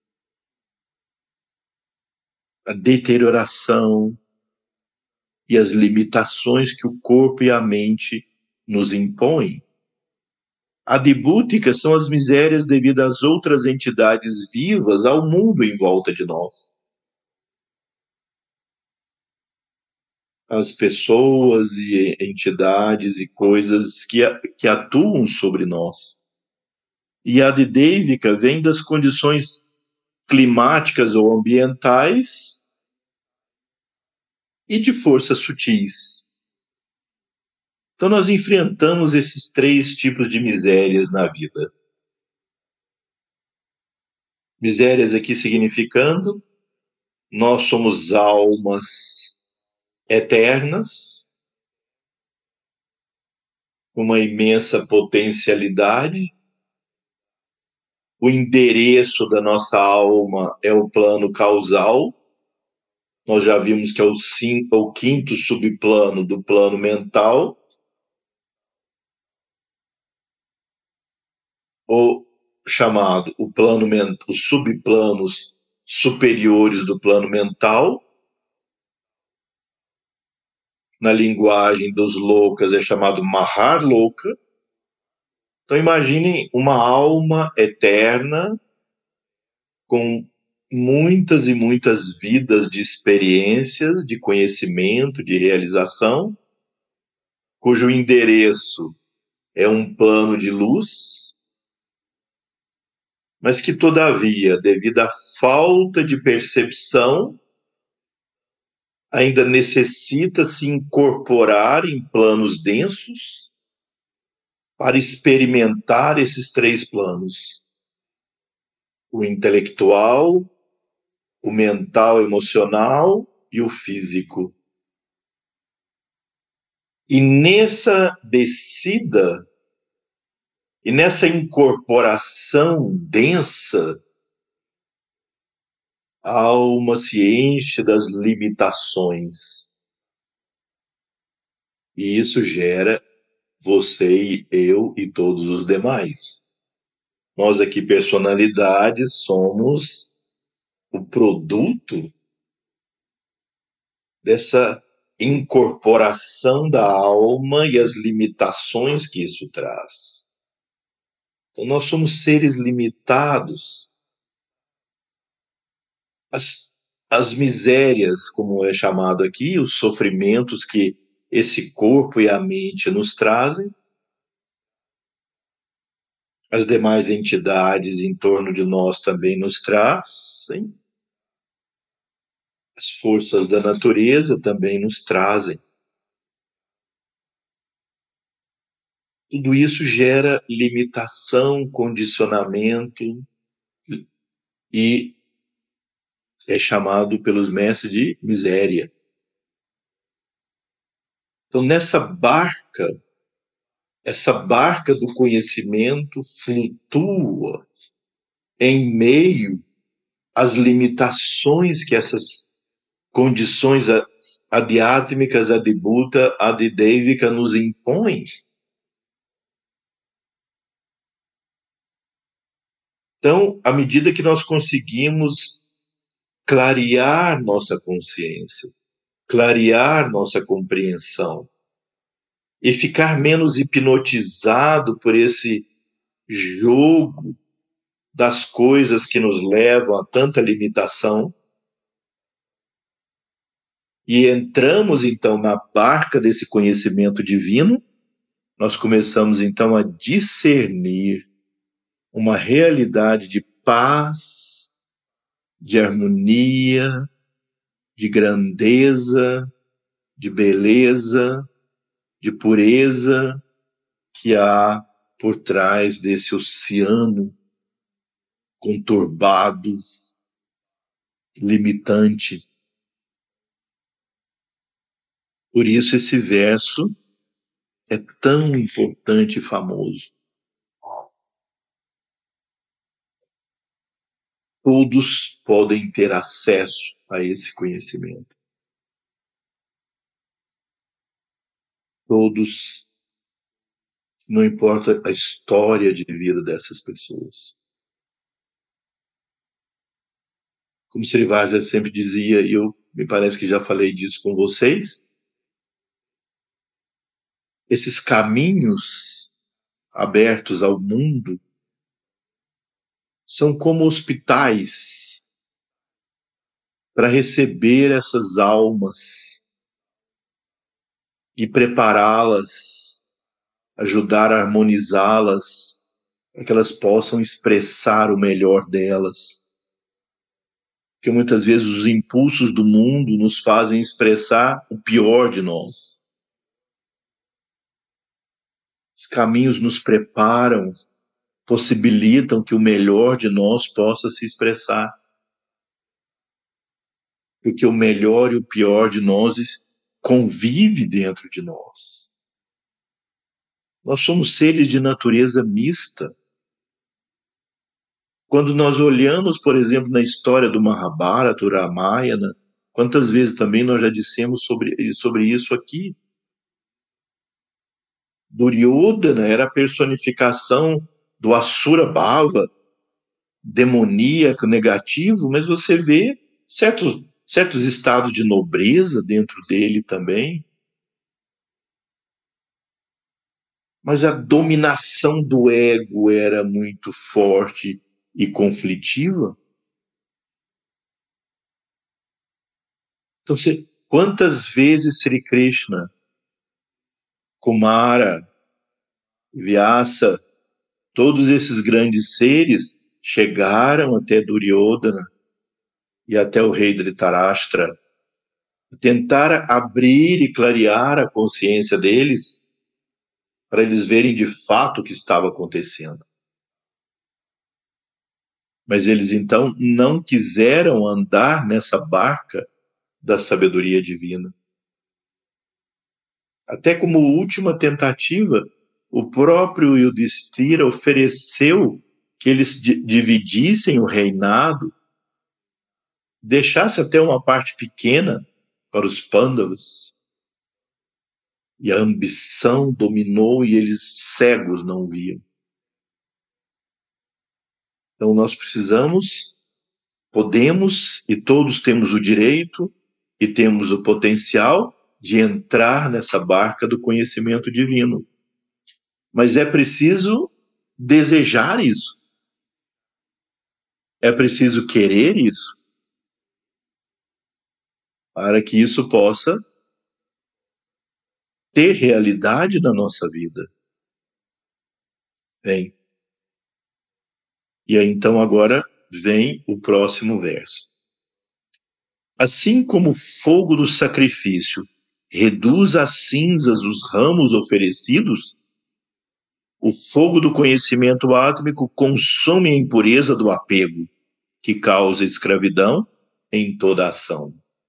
a deterioração e as limitações que o corpo e a mente nos impõem. A dibútica são as misérias devidas às outras entidades vivas, ao mundo em volta de nós. As pessoas e entidades e coisas que atuam sobre nós. E a didêvica vem das condições climáticas ou ambientais e de forças sutis. Então nós enfrentamos esses três tipos de misérias na vida. Misérias aqui significando nós somos almas eternas, uma imensa potencialidade. O endereço da nossa alma é o plano causal. Nós já vimos que é o quinto subplano do plano mental. O chamado os subplanos superiores do plano mental. Na linguagem dos loucas é chamado Mahar Louca. Então imaginem uma alma eterna com muitas e muitas vidas de experiências, de conhecimento, de realização, cujo endereço é um plano de luz, mas que, todavia, devido à falta de percepção, ainda necessita se incorporar em planos densos para experimentar esses três planos: o intelectual, o mental, emocional e o físico. E nessa descida e nessa incorporação densa, a alma se enche das limitações. E isso gera você e eu e todos os demais. Nós aqui, personalidades, somos o produto dessa incorporação da alma e as limitações que isso traz. Então, nós somos seres limitados. As misérias, como é chamado aqui, os sofrimentos que esse corpo e a mente nos trazem, as demais entidades em torno de nós também nos trazem, as forças da natureza também nos trazem. Tudo isso gera limitação, condicionamento e é chamado pelos mestres de miséria. Então, essa barca do conhecimento flutua em meio às limitações que essas condições adiátmicas, adibhuta, adidêvica nos impõem. Então, à medida que nós conseguimos clarear nossa consciência, clarear nossa compreensão e ficar menos hipnotizado por esse jogo das coisas que nos levam a tanta limitação, e entramos então na barca desse conhecimento divino, nós começamos então a discernir uma realidade de paz, de harmonia, de grandeza, de beleza, de pureza que há por trás desse oceano conturbado, limitante. Por isso esse verso é tão importante e famoso. Todos podem ter acesso a esse conhecimento. Todos, não importa a história de vida dessas pessoas. Como Srivastava sempre dizia, e eu me parece que já falei disso com vocês, esses caminhos abertos ao mundo são como hospitais para receber essas almas e prepará-las, ajudar a harmonizá-las, para que elas possam expressar o melhor delas. Porque muitas vezes os impulsos do mundo nos fazem expressar o pior de nós. Os caminhos nos preparam, possibilitam que o melhor de nós possa se expressar. Porque o melhor e o pior de nós convive dentro de nós. Nós somos seres de natureza mista. Quando nós olhamos, por exemplo, na história do Mahabharata, do Ramayana, quantas vezes também nós já dissemos sobre isso aqui. Duryodhana era a personificação do Asura Bhava, demoníaco, negativo, mas você vê certos estados de nobreza dentro dele também. Mas a dominação do ego era muito forte e conflitiva. Então, quantas vezes Sri Krishna, Kumara, Vyasa, todos esses grandes seres chegaram até Duryodhana e até o rei Dhritarashtra, tentar abrir e clarear a consciência deles para eles verem de fato o que estava acontecendo. Mas eles então não quiseram andar nessa barca da sabedoria divina. Até como última tentativa, o próprio Yudhishthira ofereceu que eles dividissem o reinado, deixasse até uma parte pequena para os Pandavas. E a ambição dominou e eles cegos não viam. Então nós podemos e todos temos o direito e temos o potencial de entrar nessa barca do conhecimento divino. Mas é preciso desejar isso. É preciso querer isso. Para que isso possa ter realidade na nossa vida. Bem, e aí então agora vem o próximo verso. Assim como o fogo do sacrifício reduz às cinzas os ramos oferecidos, o fogo do conhecimento átmico consome a impureza do apego, que causa escravidão em toda ação.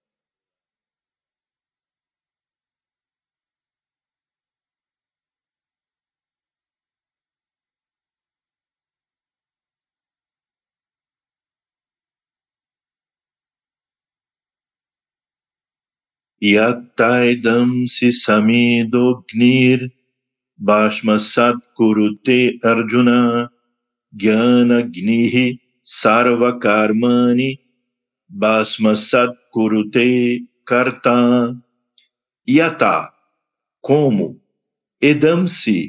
Yattaidam sisamidognir bhashmasat kurute arjuna jnana gnihi sarva karmani bhasmasat kurute karta. Yatta, como edam-se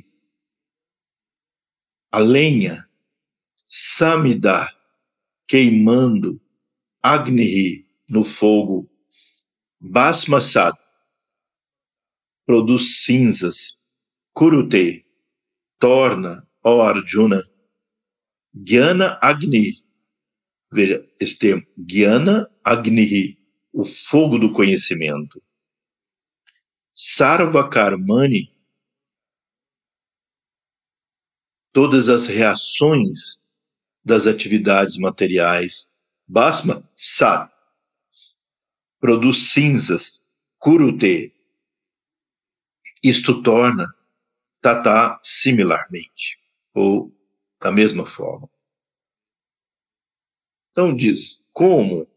a lenha, samida, queimando, agnihi, no fogo, bhasmasat, produz cinzas, kurute, torna, ó Arjuna, Jnana Agni, veja esse termo, Jnana Agnihi, o fogo do conhecimento. Sarva Karmani, todas as reações das atividades materiais. Bhasma Sat, produz cinzas. Kurute, isto torna. Tata, similarmente, ou da mesma forma. Então diz, como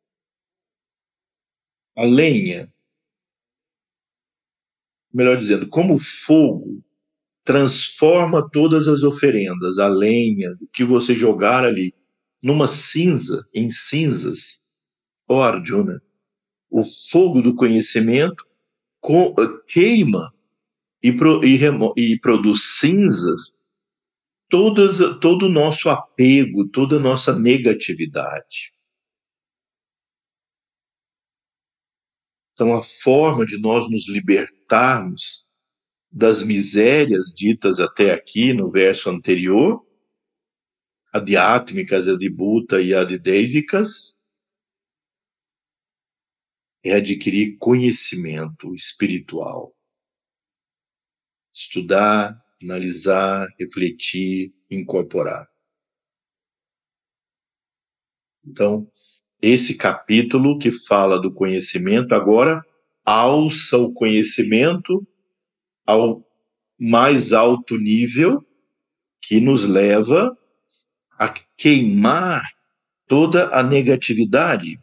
a lenha, melhor dizendo, como o fogo transforma todas as oferendas, a lenha, o que você jogar ali, numa cinza, em cinzas, ó Arjuna, o fogo do conhecimento queima e produz cinzas todo o nosso apego, toda a nossa negatividade. Então, a forma de nós nos libertarmos das misérias ditas até aqui no verso anterior, adhyátmicas, adibhuta e adideivicas, é adquirir conhecimento espiritual. Estudar, analisar, refletir, incorporar. Então, esse capítulo que fala do conhecimento agora alça o conhecimento ao mais alto nível, que nos leva a queimar toda a negatividade.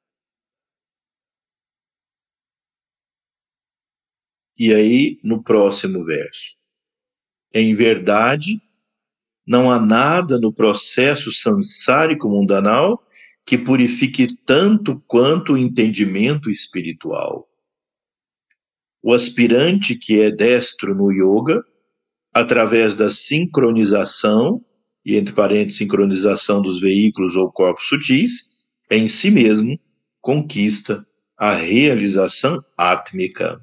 E aí, no próximo verso, em verdade, não há nada no processo samsárico mundanal que purifique tanto quanto o entendimento espiritual. O aspirante que é destro no yoga, através da sincronização, e entre parênteses, sincronização dos veículos ou corpos sutis, em si mesmo conquista a realização átmica.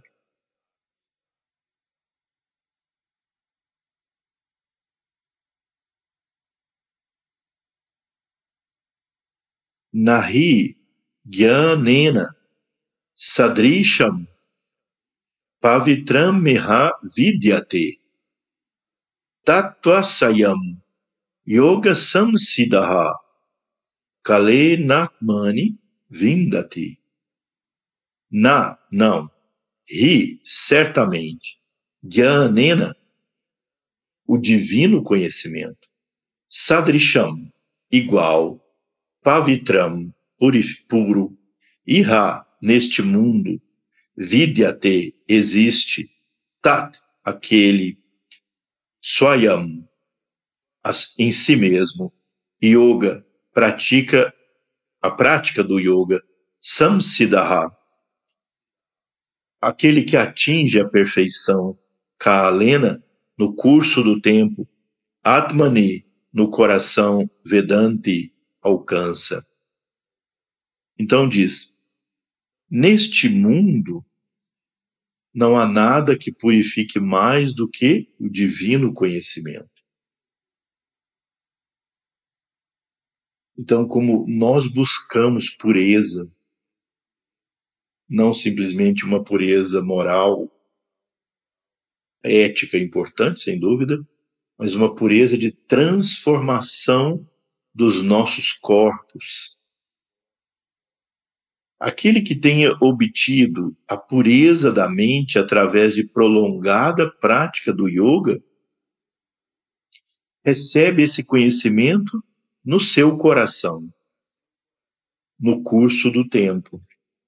Nahi Gyanena Sadrisham Pavitram Meha Vidyate Tattvasayam Yoga Samsiddha Kale Natmani Vindati. Não. Ri, certamente. Gyanena, o divino conhecimento. Sadrisham, igual. Pavitram, puro. Iha, neste mundo. Vidyate, existe. Tat, aquele. Swayam, em si mesmo. Yoga, a prática do yoga. Samsiddha, aquele que atinge a perfeição. Kalena, no curso do tempo. Atmani, no coração. Vedanti, alcança. Então diz, neste mundo não há nada que purifique mais do que o divino conhecimento. Então, como nós buscamos pureza, não simplesmente uma pureza moral, ética importante, sem dúvida, mas uma pureza de transformação dos nossos corpos. Aquele que tenha obtido a pureza da mente através de prolongada prática do yoga, recebe esse conhecimento no seu coração, no curso do tempo.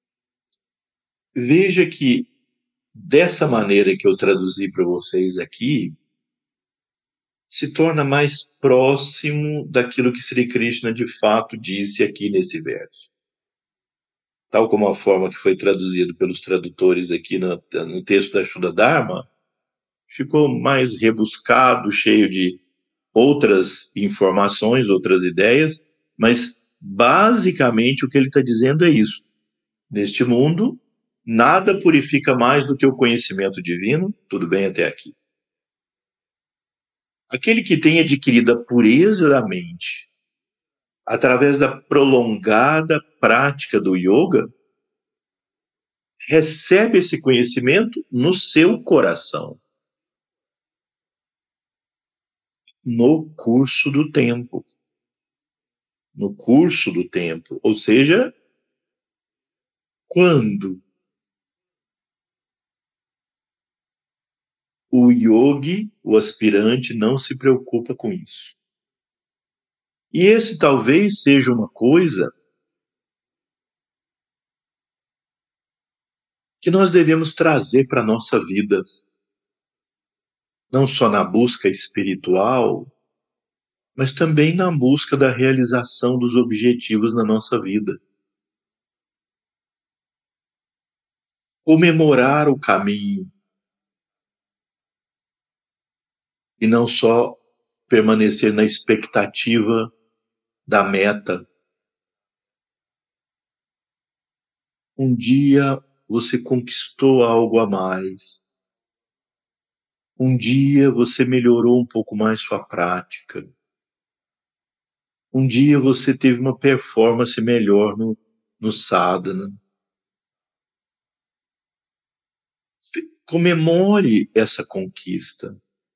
Veja que, dessa maneira que eu traduzi para vocês aqui, se torna mais próximo daquilo que Sri Krishna de fato disse aqui nesse verso. Tal como a forma que foi traduzido pelos tradutores aqui no texto da Shuddha Dharma, ficou mais rebuscado, cheio de outras informações, outras ideias, mas basicamente o que ele está dizendo é isso. Neste mundo, nada purifica mais do que o conhecimento divino, tudo bem até aqui. Aquele que tem adquirido a pureza da mente através da prolongada prática do yoga, recebe esse conhecimento no seu coração, no curso do tempo. No curso do tempo, ou seja, quando o yogi, o aspirante, não se preocupa com isso. E esse talvez seja uma coisa que nós devemos trazer para a nossa vida, não só na busca espiritual, mas também na busca da realização dos objetivos na nossa vida. Comemorar o caminho e não só permanecer na expectativa da meta. Um dia você conquistou algo a mais. Um dia você melhorou um pouco mais sua prática. Um dia você teve uma performance melhor no sadhana. Comemore essa conquista.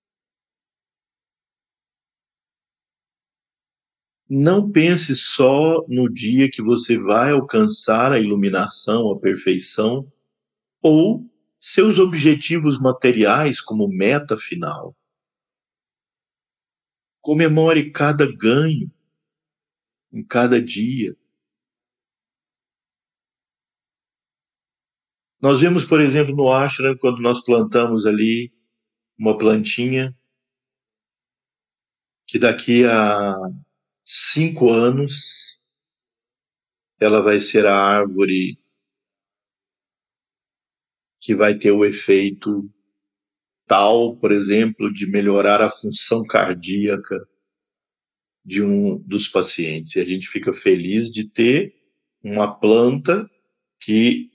Não pense só no dia que você vai alcançar a iluminação, a perfeição, ou seus objetivos materiais como meta final. Comemore cada ganho em cada dia. Nós vemos, por exemplo, no ashram, quando nós plantamos ali uma plantinha, que daqui a 5 anos ela vai ser a árvore que vai ter o efeito tal, por exemplo, de melhorar a função cardíaca de um dos pacientes. E a gente fica feliz de ter uma planta que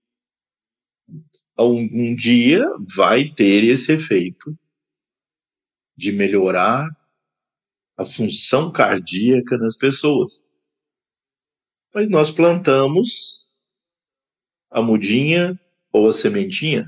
um dia vai ter esse efeito de melhorar a função cardíaca nas pessoas. Mas nós plantamos a mudinha ou a sementinha.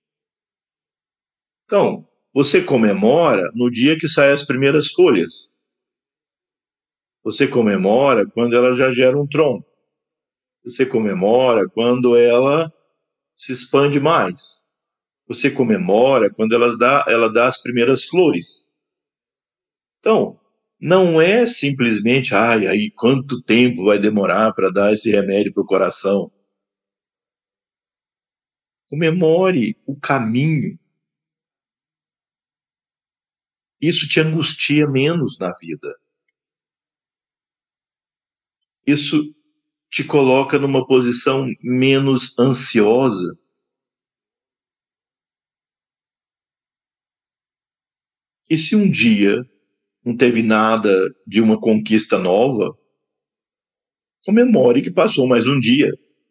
Então, você comemora no dia que saem as primeiras folhas. Você comemora quando ela já gera um tronco. Você comemora quando ela se expande mais. Você comemora quando ela dá as primeiras flores. Então, não é simplesmente, aí quanto tempo vai demorar para dar esse remédio para o coração. Comemore o caminho. Isso te angustia menos na vida. Isso te coloca numa posição menos ansiosa. E se um dia não teve nada de uma conquista nova, comemore que passou mais um dia.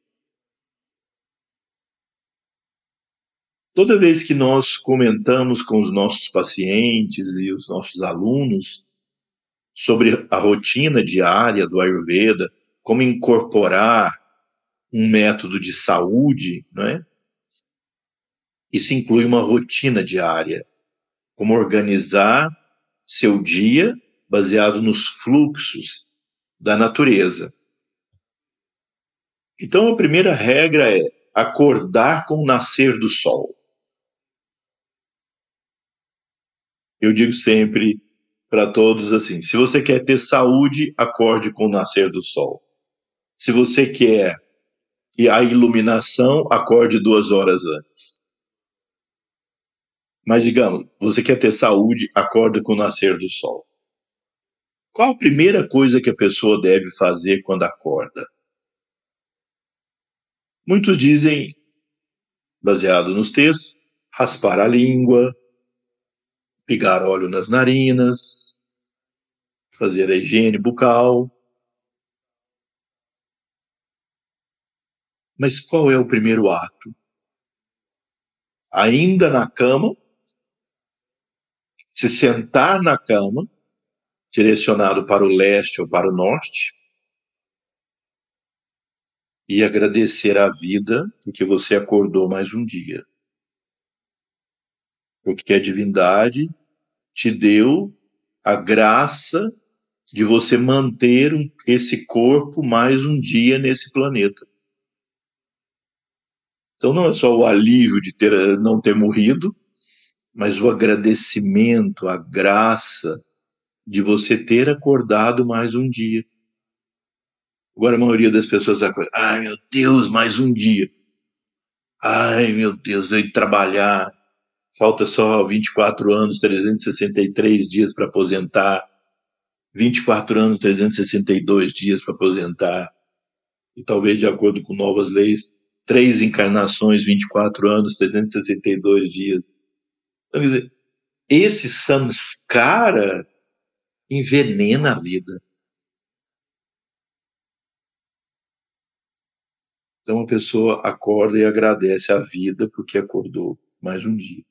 Toda vez que nós comentamos com os nossos pacientes e os nossos alunos sobre a rotina diária do Ayurveda, como incorporar um método de saúde, né? Isso inclui uma rotina diária, como organizar seu dia baseado nos fluxos da natureza. Então, a primeira regra é acordar com o nascer do sol. Eu digo sempre para todos assim: se você quer ter saúde, acorde com o nascer do sol. Se você quer a iluminação, acorde 2 horas antes. Mas digamos, você quer ter saúde, acorda com o nascer do sol. Qual a primeira coisa que a pessoa deve fazer quando acorda? Muitos dizem, baseado nos textos, raspar a língua, pigar óleo nas narinas, fazer a higiene bucal. Mas qual é o primeiro ato? Ainda na cama, se sentar na cama, direcionado para o leste ou para o norte, e agradecer a vida porque você acordou mais um dia. Porque a divindade te deu a graça de você manter esse corpo mais um dia nesse planeta. Então não é só o alívio de não ter morrido, mas o agradecimento, a graça de você ter acordado mais um dia. Agora a maioria das pessoas vai falar: ai meu Deus, mais um dia. Ai meu Deus, eu ir trabalhar. Falta só 24 anos, 363 dias para aposentar. 24 anos, 362 dias para aposentar. E talvez, de acordo com novas leis, 3 encarnações, 24 anos, 362 dias. Então, quer dizer, esse samskara envenena a vida. Então a pessoa acorda e agradece a vida porque acordou mais um dia.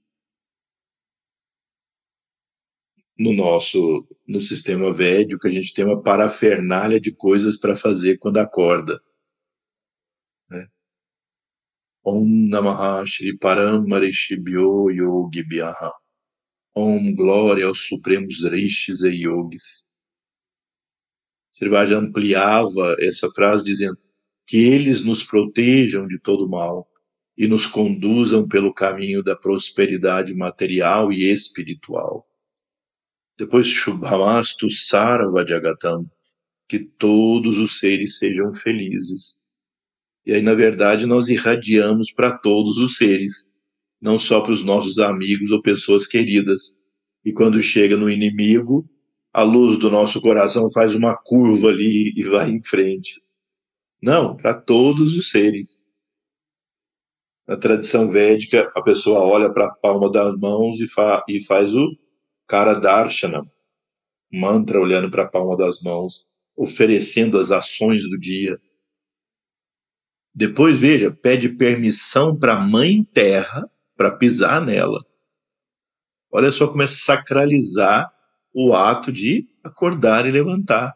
No sistema védico, a gente tem uma parafernália de coisas para fazer quando acorda, né? Om Namaha Shri Parama Rishibhyo Yogibhyaha. Om, glória aos supremos rishis e yogis. Srivaja ampliava essa frase dizendo que eles nos protejam de todo mal e nos conduzam pelo caminho da prosperidade material e espiritual. Depois, Shubhamastu Sarva Jagatam, que todos os seres sejam felizes. E aí, na verdade, nós irradiamos para todos os seres, não só para os nossos amigos ou pessoas queridas. E quando chega no inimigo, a luz do nosso coração faz uma curva ali e vai em frente. Não, para todos os seres. Na tradição védica, a pessoa olha para a palma das mãos e faz o Kara Darshana, mantra olhando para a palma das mãos, oferecendo as ações do dia. Depois, veja, pede permissão para a Mãe Terra para pisar nela. Olha só como é sacralizar o ato de acordar e levantar.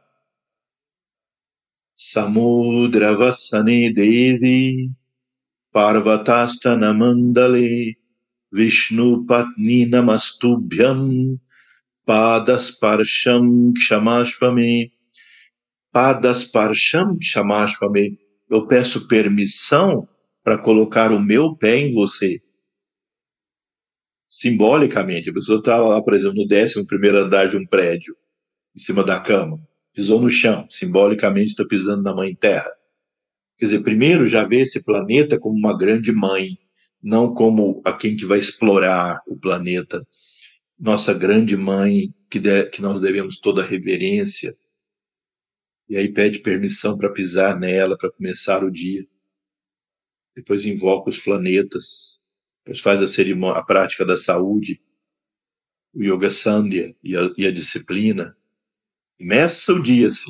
Samudra Vasane Devi Parvatastana Mandale Vishnu Patni Namastubhyam Padasparsham Kshamashvame. Padasparsham Kshamashvame. Eu peço permissão para colocar o meu pé em você. Simbolicamente, a pessoa estava lá, por exemplo, no 11º andar de um prédio, em cima da cama, pisou no chão, simbolicamente está pisando na Mãe Terra. Quer dizer, primeiro já vê esse planeta como uma grande mãe, não como a quem que vai explorar o planeta. Nossa grande mãe, que nós devemos toda a reverência, e aí pede permissão para pisar nela, para começar o dia. Depois invoca os planetas, depois faz a cerimônia, a prática da saúde, o Yoga Sandhya e a disciplina. Começa o dia assim,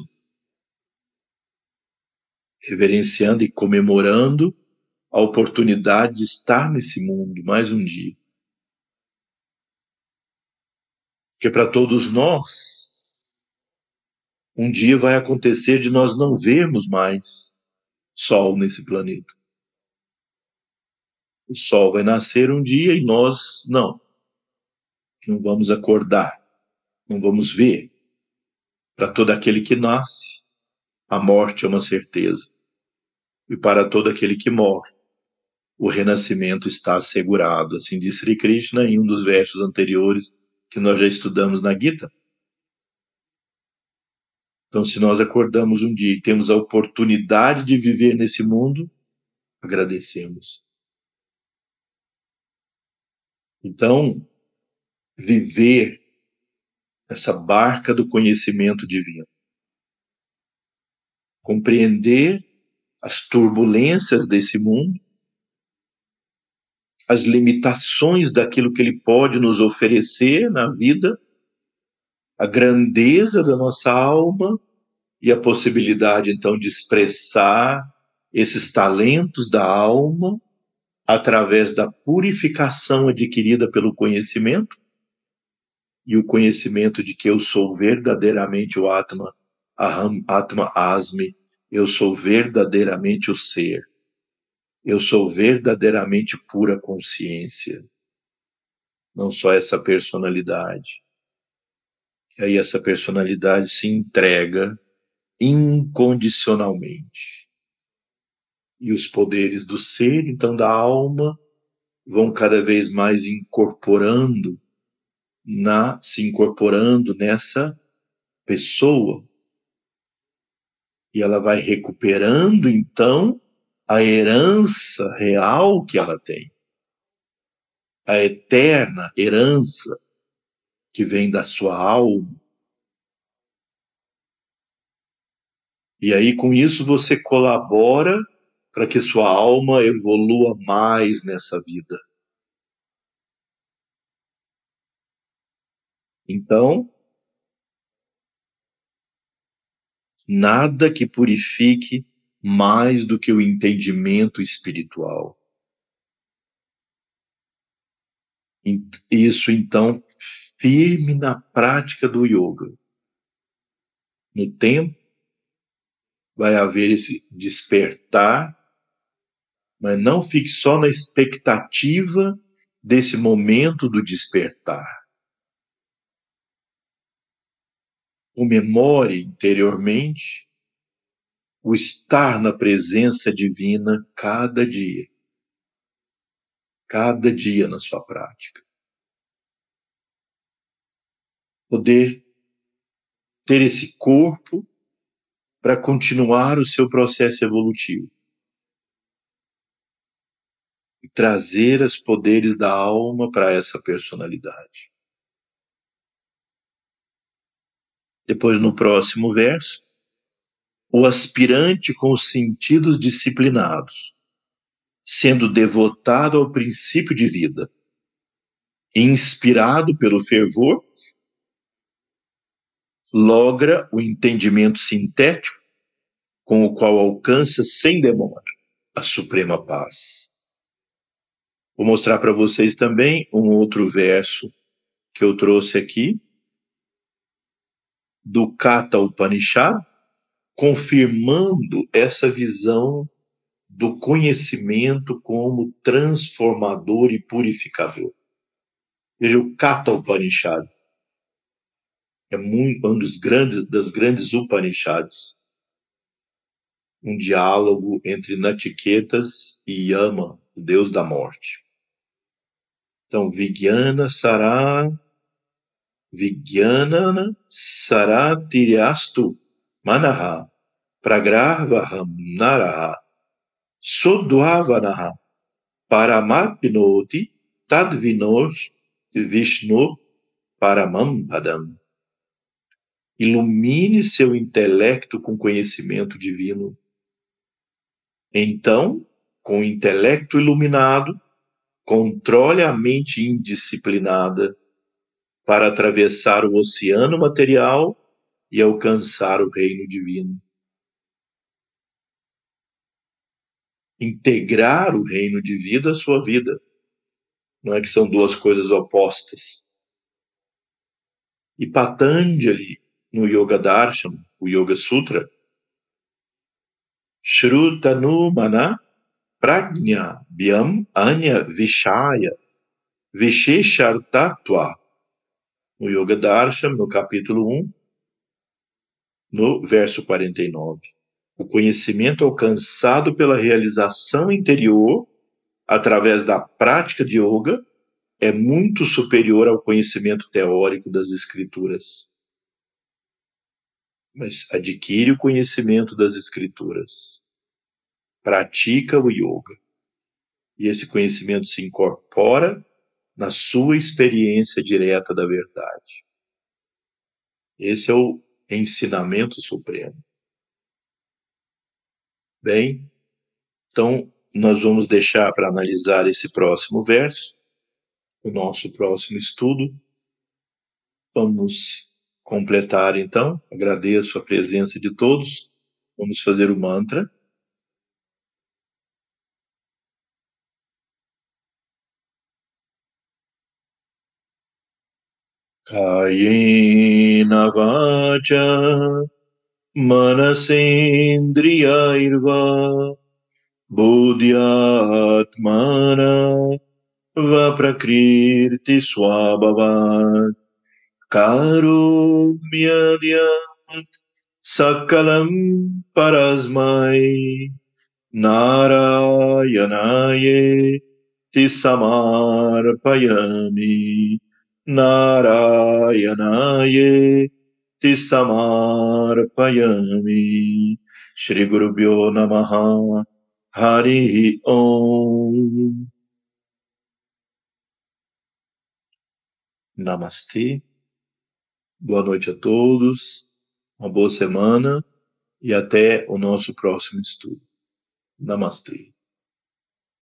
reverenciando e comemorando a oportunidade de estar nesse mundo mais um dia. Porque para todos nós, um dia vai acontecer de nós não vermos mais Sol nesse planeta. O Sol vai nascer um dia e nós não. Não vamos acordar, não vamos ver. Para todo aquele que nasce, a morte é uma certeza. E para todo aquele que morre, o renascimento está assegurado. Assim diz Sri Krishna em um dos versos anteriores que nós já estudamos na Gita. Então, se nós acordamos um dia e temos a oportunidade de viver nesse mundo, agradecemos. Então, viver essa barca do conhecimento divino, compreender as turbulências desse mundo, as limitações daquilo que ele pode nos oferecer na vida, a grandeza da nossa alma e a possibilidade, então, de expressar esses talentos da alma através da purificação adquirida pelo conhecimento e o conhecimento de que eu sou verdadeiramente o Atma, Aham Atma Asmi, eu sou verdadeiramente o ser, eu sou verdadeiramente pura consciência, não só essa personalidade. E aí essa personalidade se entrega incondicionalmente. E os poderes do ser, então da alma, vão cada vez mais se incorporando nessa pessoa. E ela vai recuperando, então, a herança real que ela tem. A eterna herança que vem da sua alma. E aí, com isso, você colabora para que sua alma evolua mais nessa vida. Então, nada que purifique mais do que o entendimento espiritual. Isso, então, firme na prática do yoga. No tempo, vai haver esse despertar Mas não fique só na expectativa desse momento do despertar. Comemore interiormente o estar na presença divina cada dia na sua prática. Poder ter esse corpo para continuar o seu processo evolutivo. E trazer os poderes da alma para essa personalidade. Depois, no próximo verso, o aspirante com os sentidos disciplinados, sendo devotado ao princípio de vida, inspirado pelo fervor, logra o entendimento sintético com o qual alcança sem demora a suprema paz. Vou mostrar para vocês também um outro verso que eu trouxe aqui, do Katha Upanishad, confirmando essa visão do conhecimento como transformador e purificador. Veja, o Katha Upanishad é um das grandes Upanishads, um diálogo entre Natiketas e Yama, o deus da morte. Então, Vijnana Saratiriastu Manaha Pragrahvaham Naraha Sodhavanaha Paramapnoti Tadvinos Vishnu Paramam Padam. Ilumine seu intelecto com conhecimento divino. Então, com o intelecto iluminado, controle a mente indisciplinada para atravessar o oceano material e alcançar o reino divino. Integrar o reino divino à sua vida. Não é que são duas coisas opostas. E Patanjali, no Yoga Darshan, o Yoga Sutra, Shrutanu Mana Prajna Vyam Anya Vishaya Visheshartatva, no Yoga Darshan, no capítulo 1, no verso 49. O conhecimento alcançado pela realização interior, através da prática de yoga, é muito superior ao conhecimento teórico das escrituras. Mas adquire o conhecimento das escrituras. Pratica o yoga. E esse conhecimento se incorpora na sua experiência direta da verdade. Esse é o ensinamento supremo. Bem, então nós vamos deixar para analisar esse próximo verso, o nosso próximo estudo. Vamos completar então. Agradeço a presença de todos. Vamos fazer o mantra. Kayena vacha manasendriyairva buddhyatmana va prakriti swabhavat karumyadyat sakalam parasmai narayanaye tisamarpayami Narayanaye Tisamarpayami. Shri Gurubhyo Namaha Harihi Om. Namastê. Boa noite a todos. Uma boa semana e até o nosso próximo estudo. Namastê.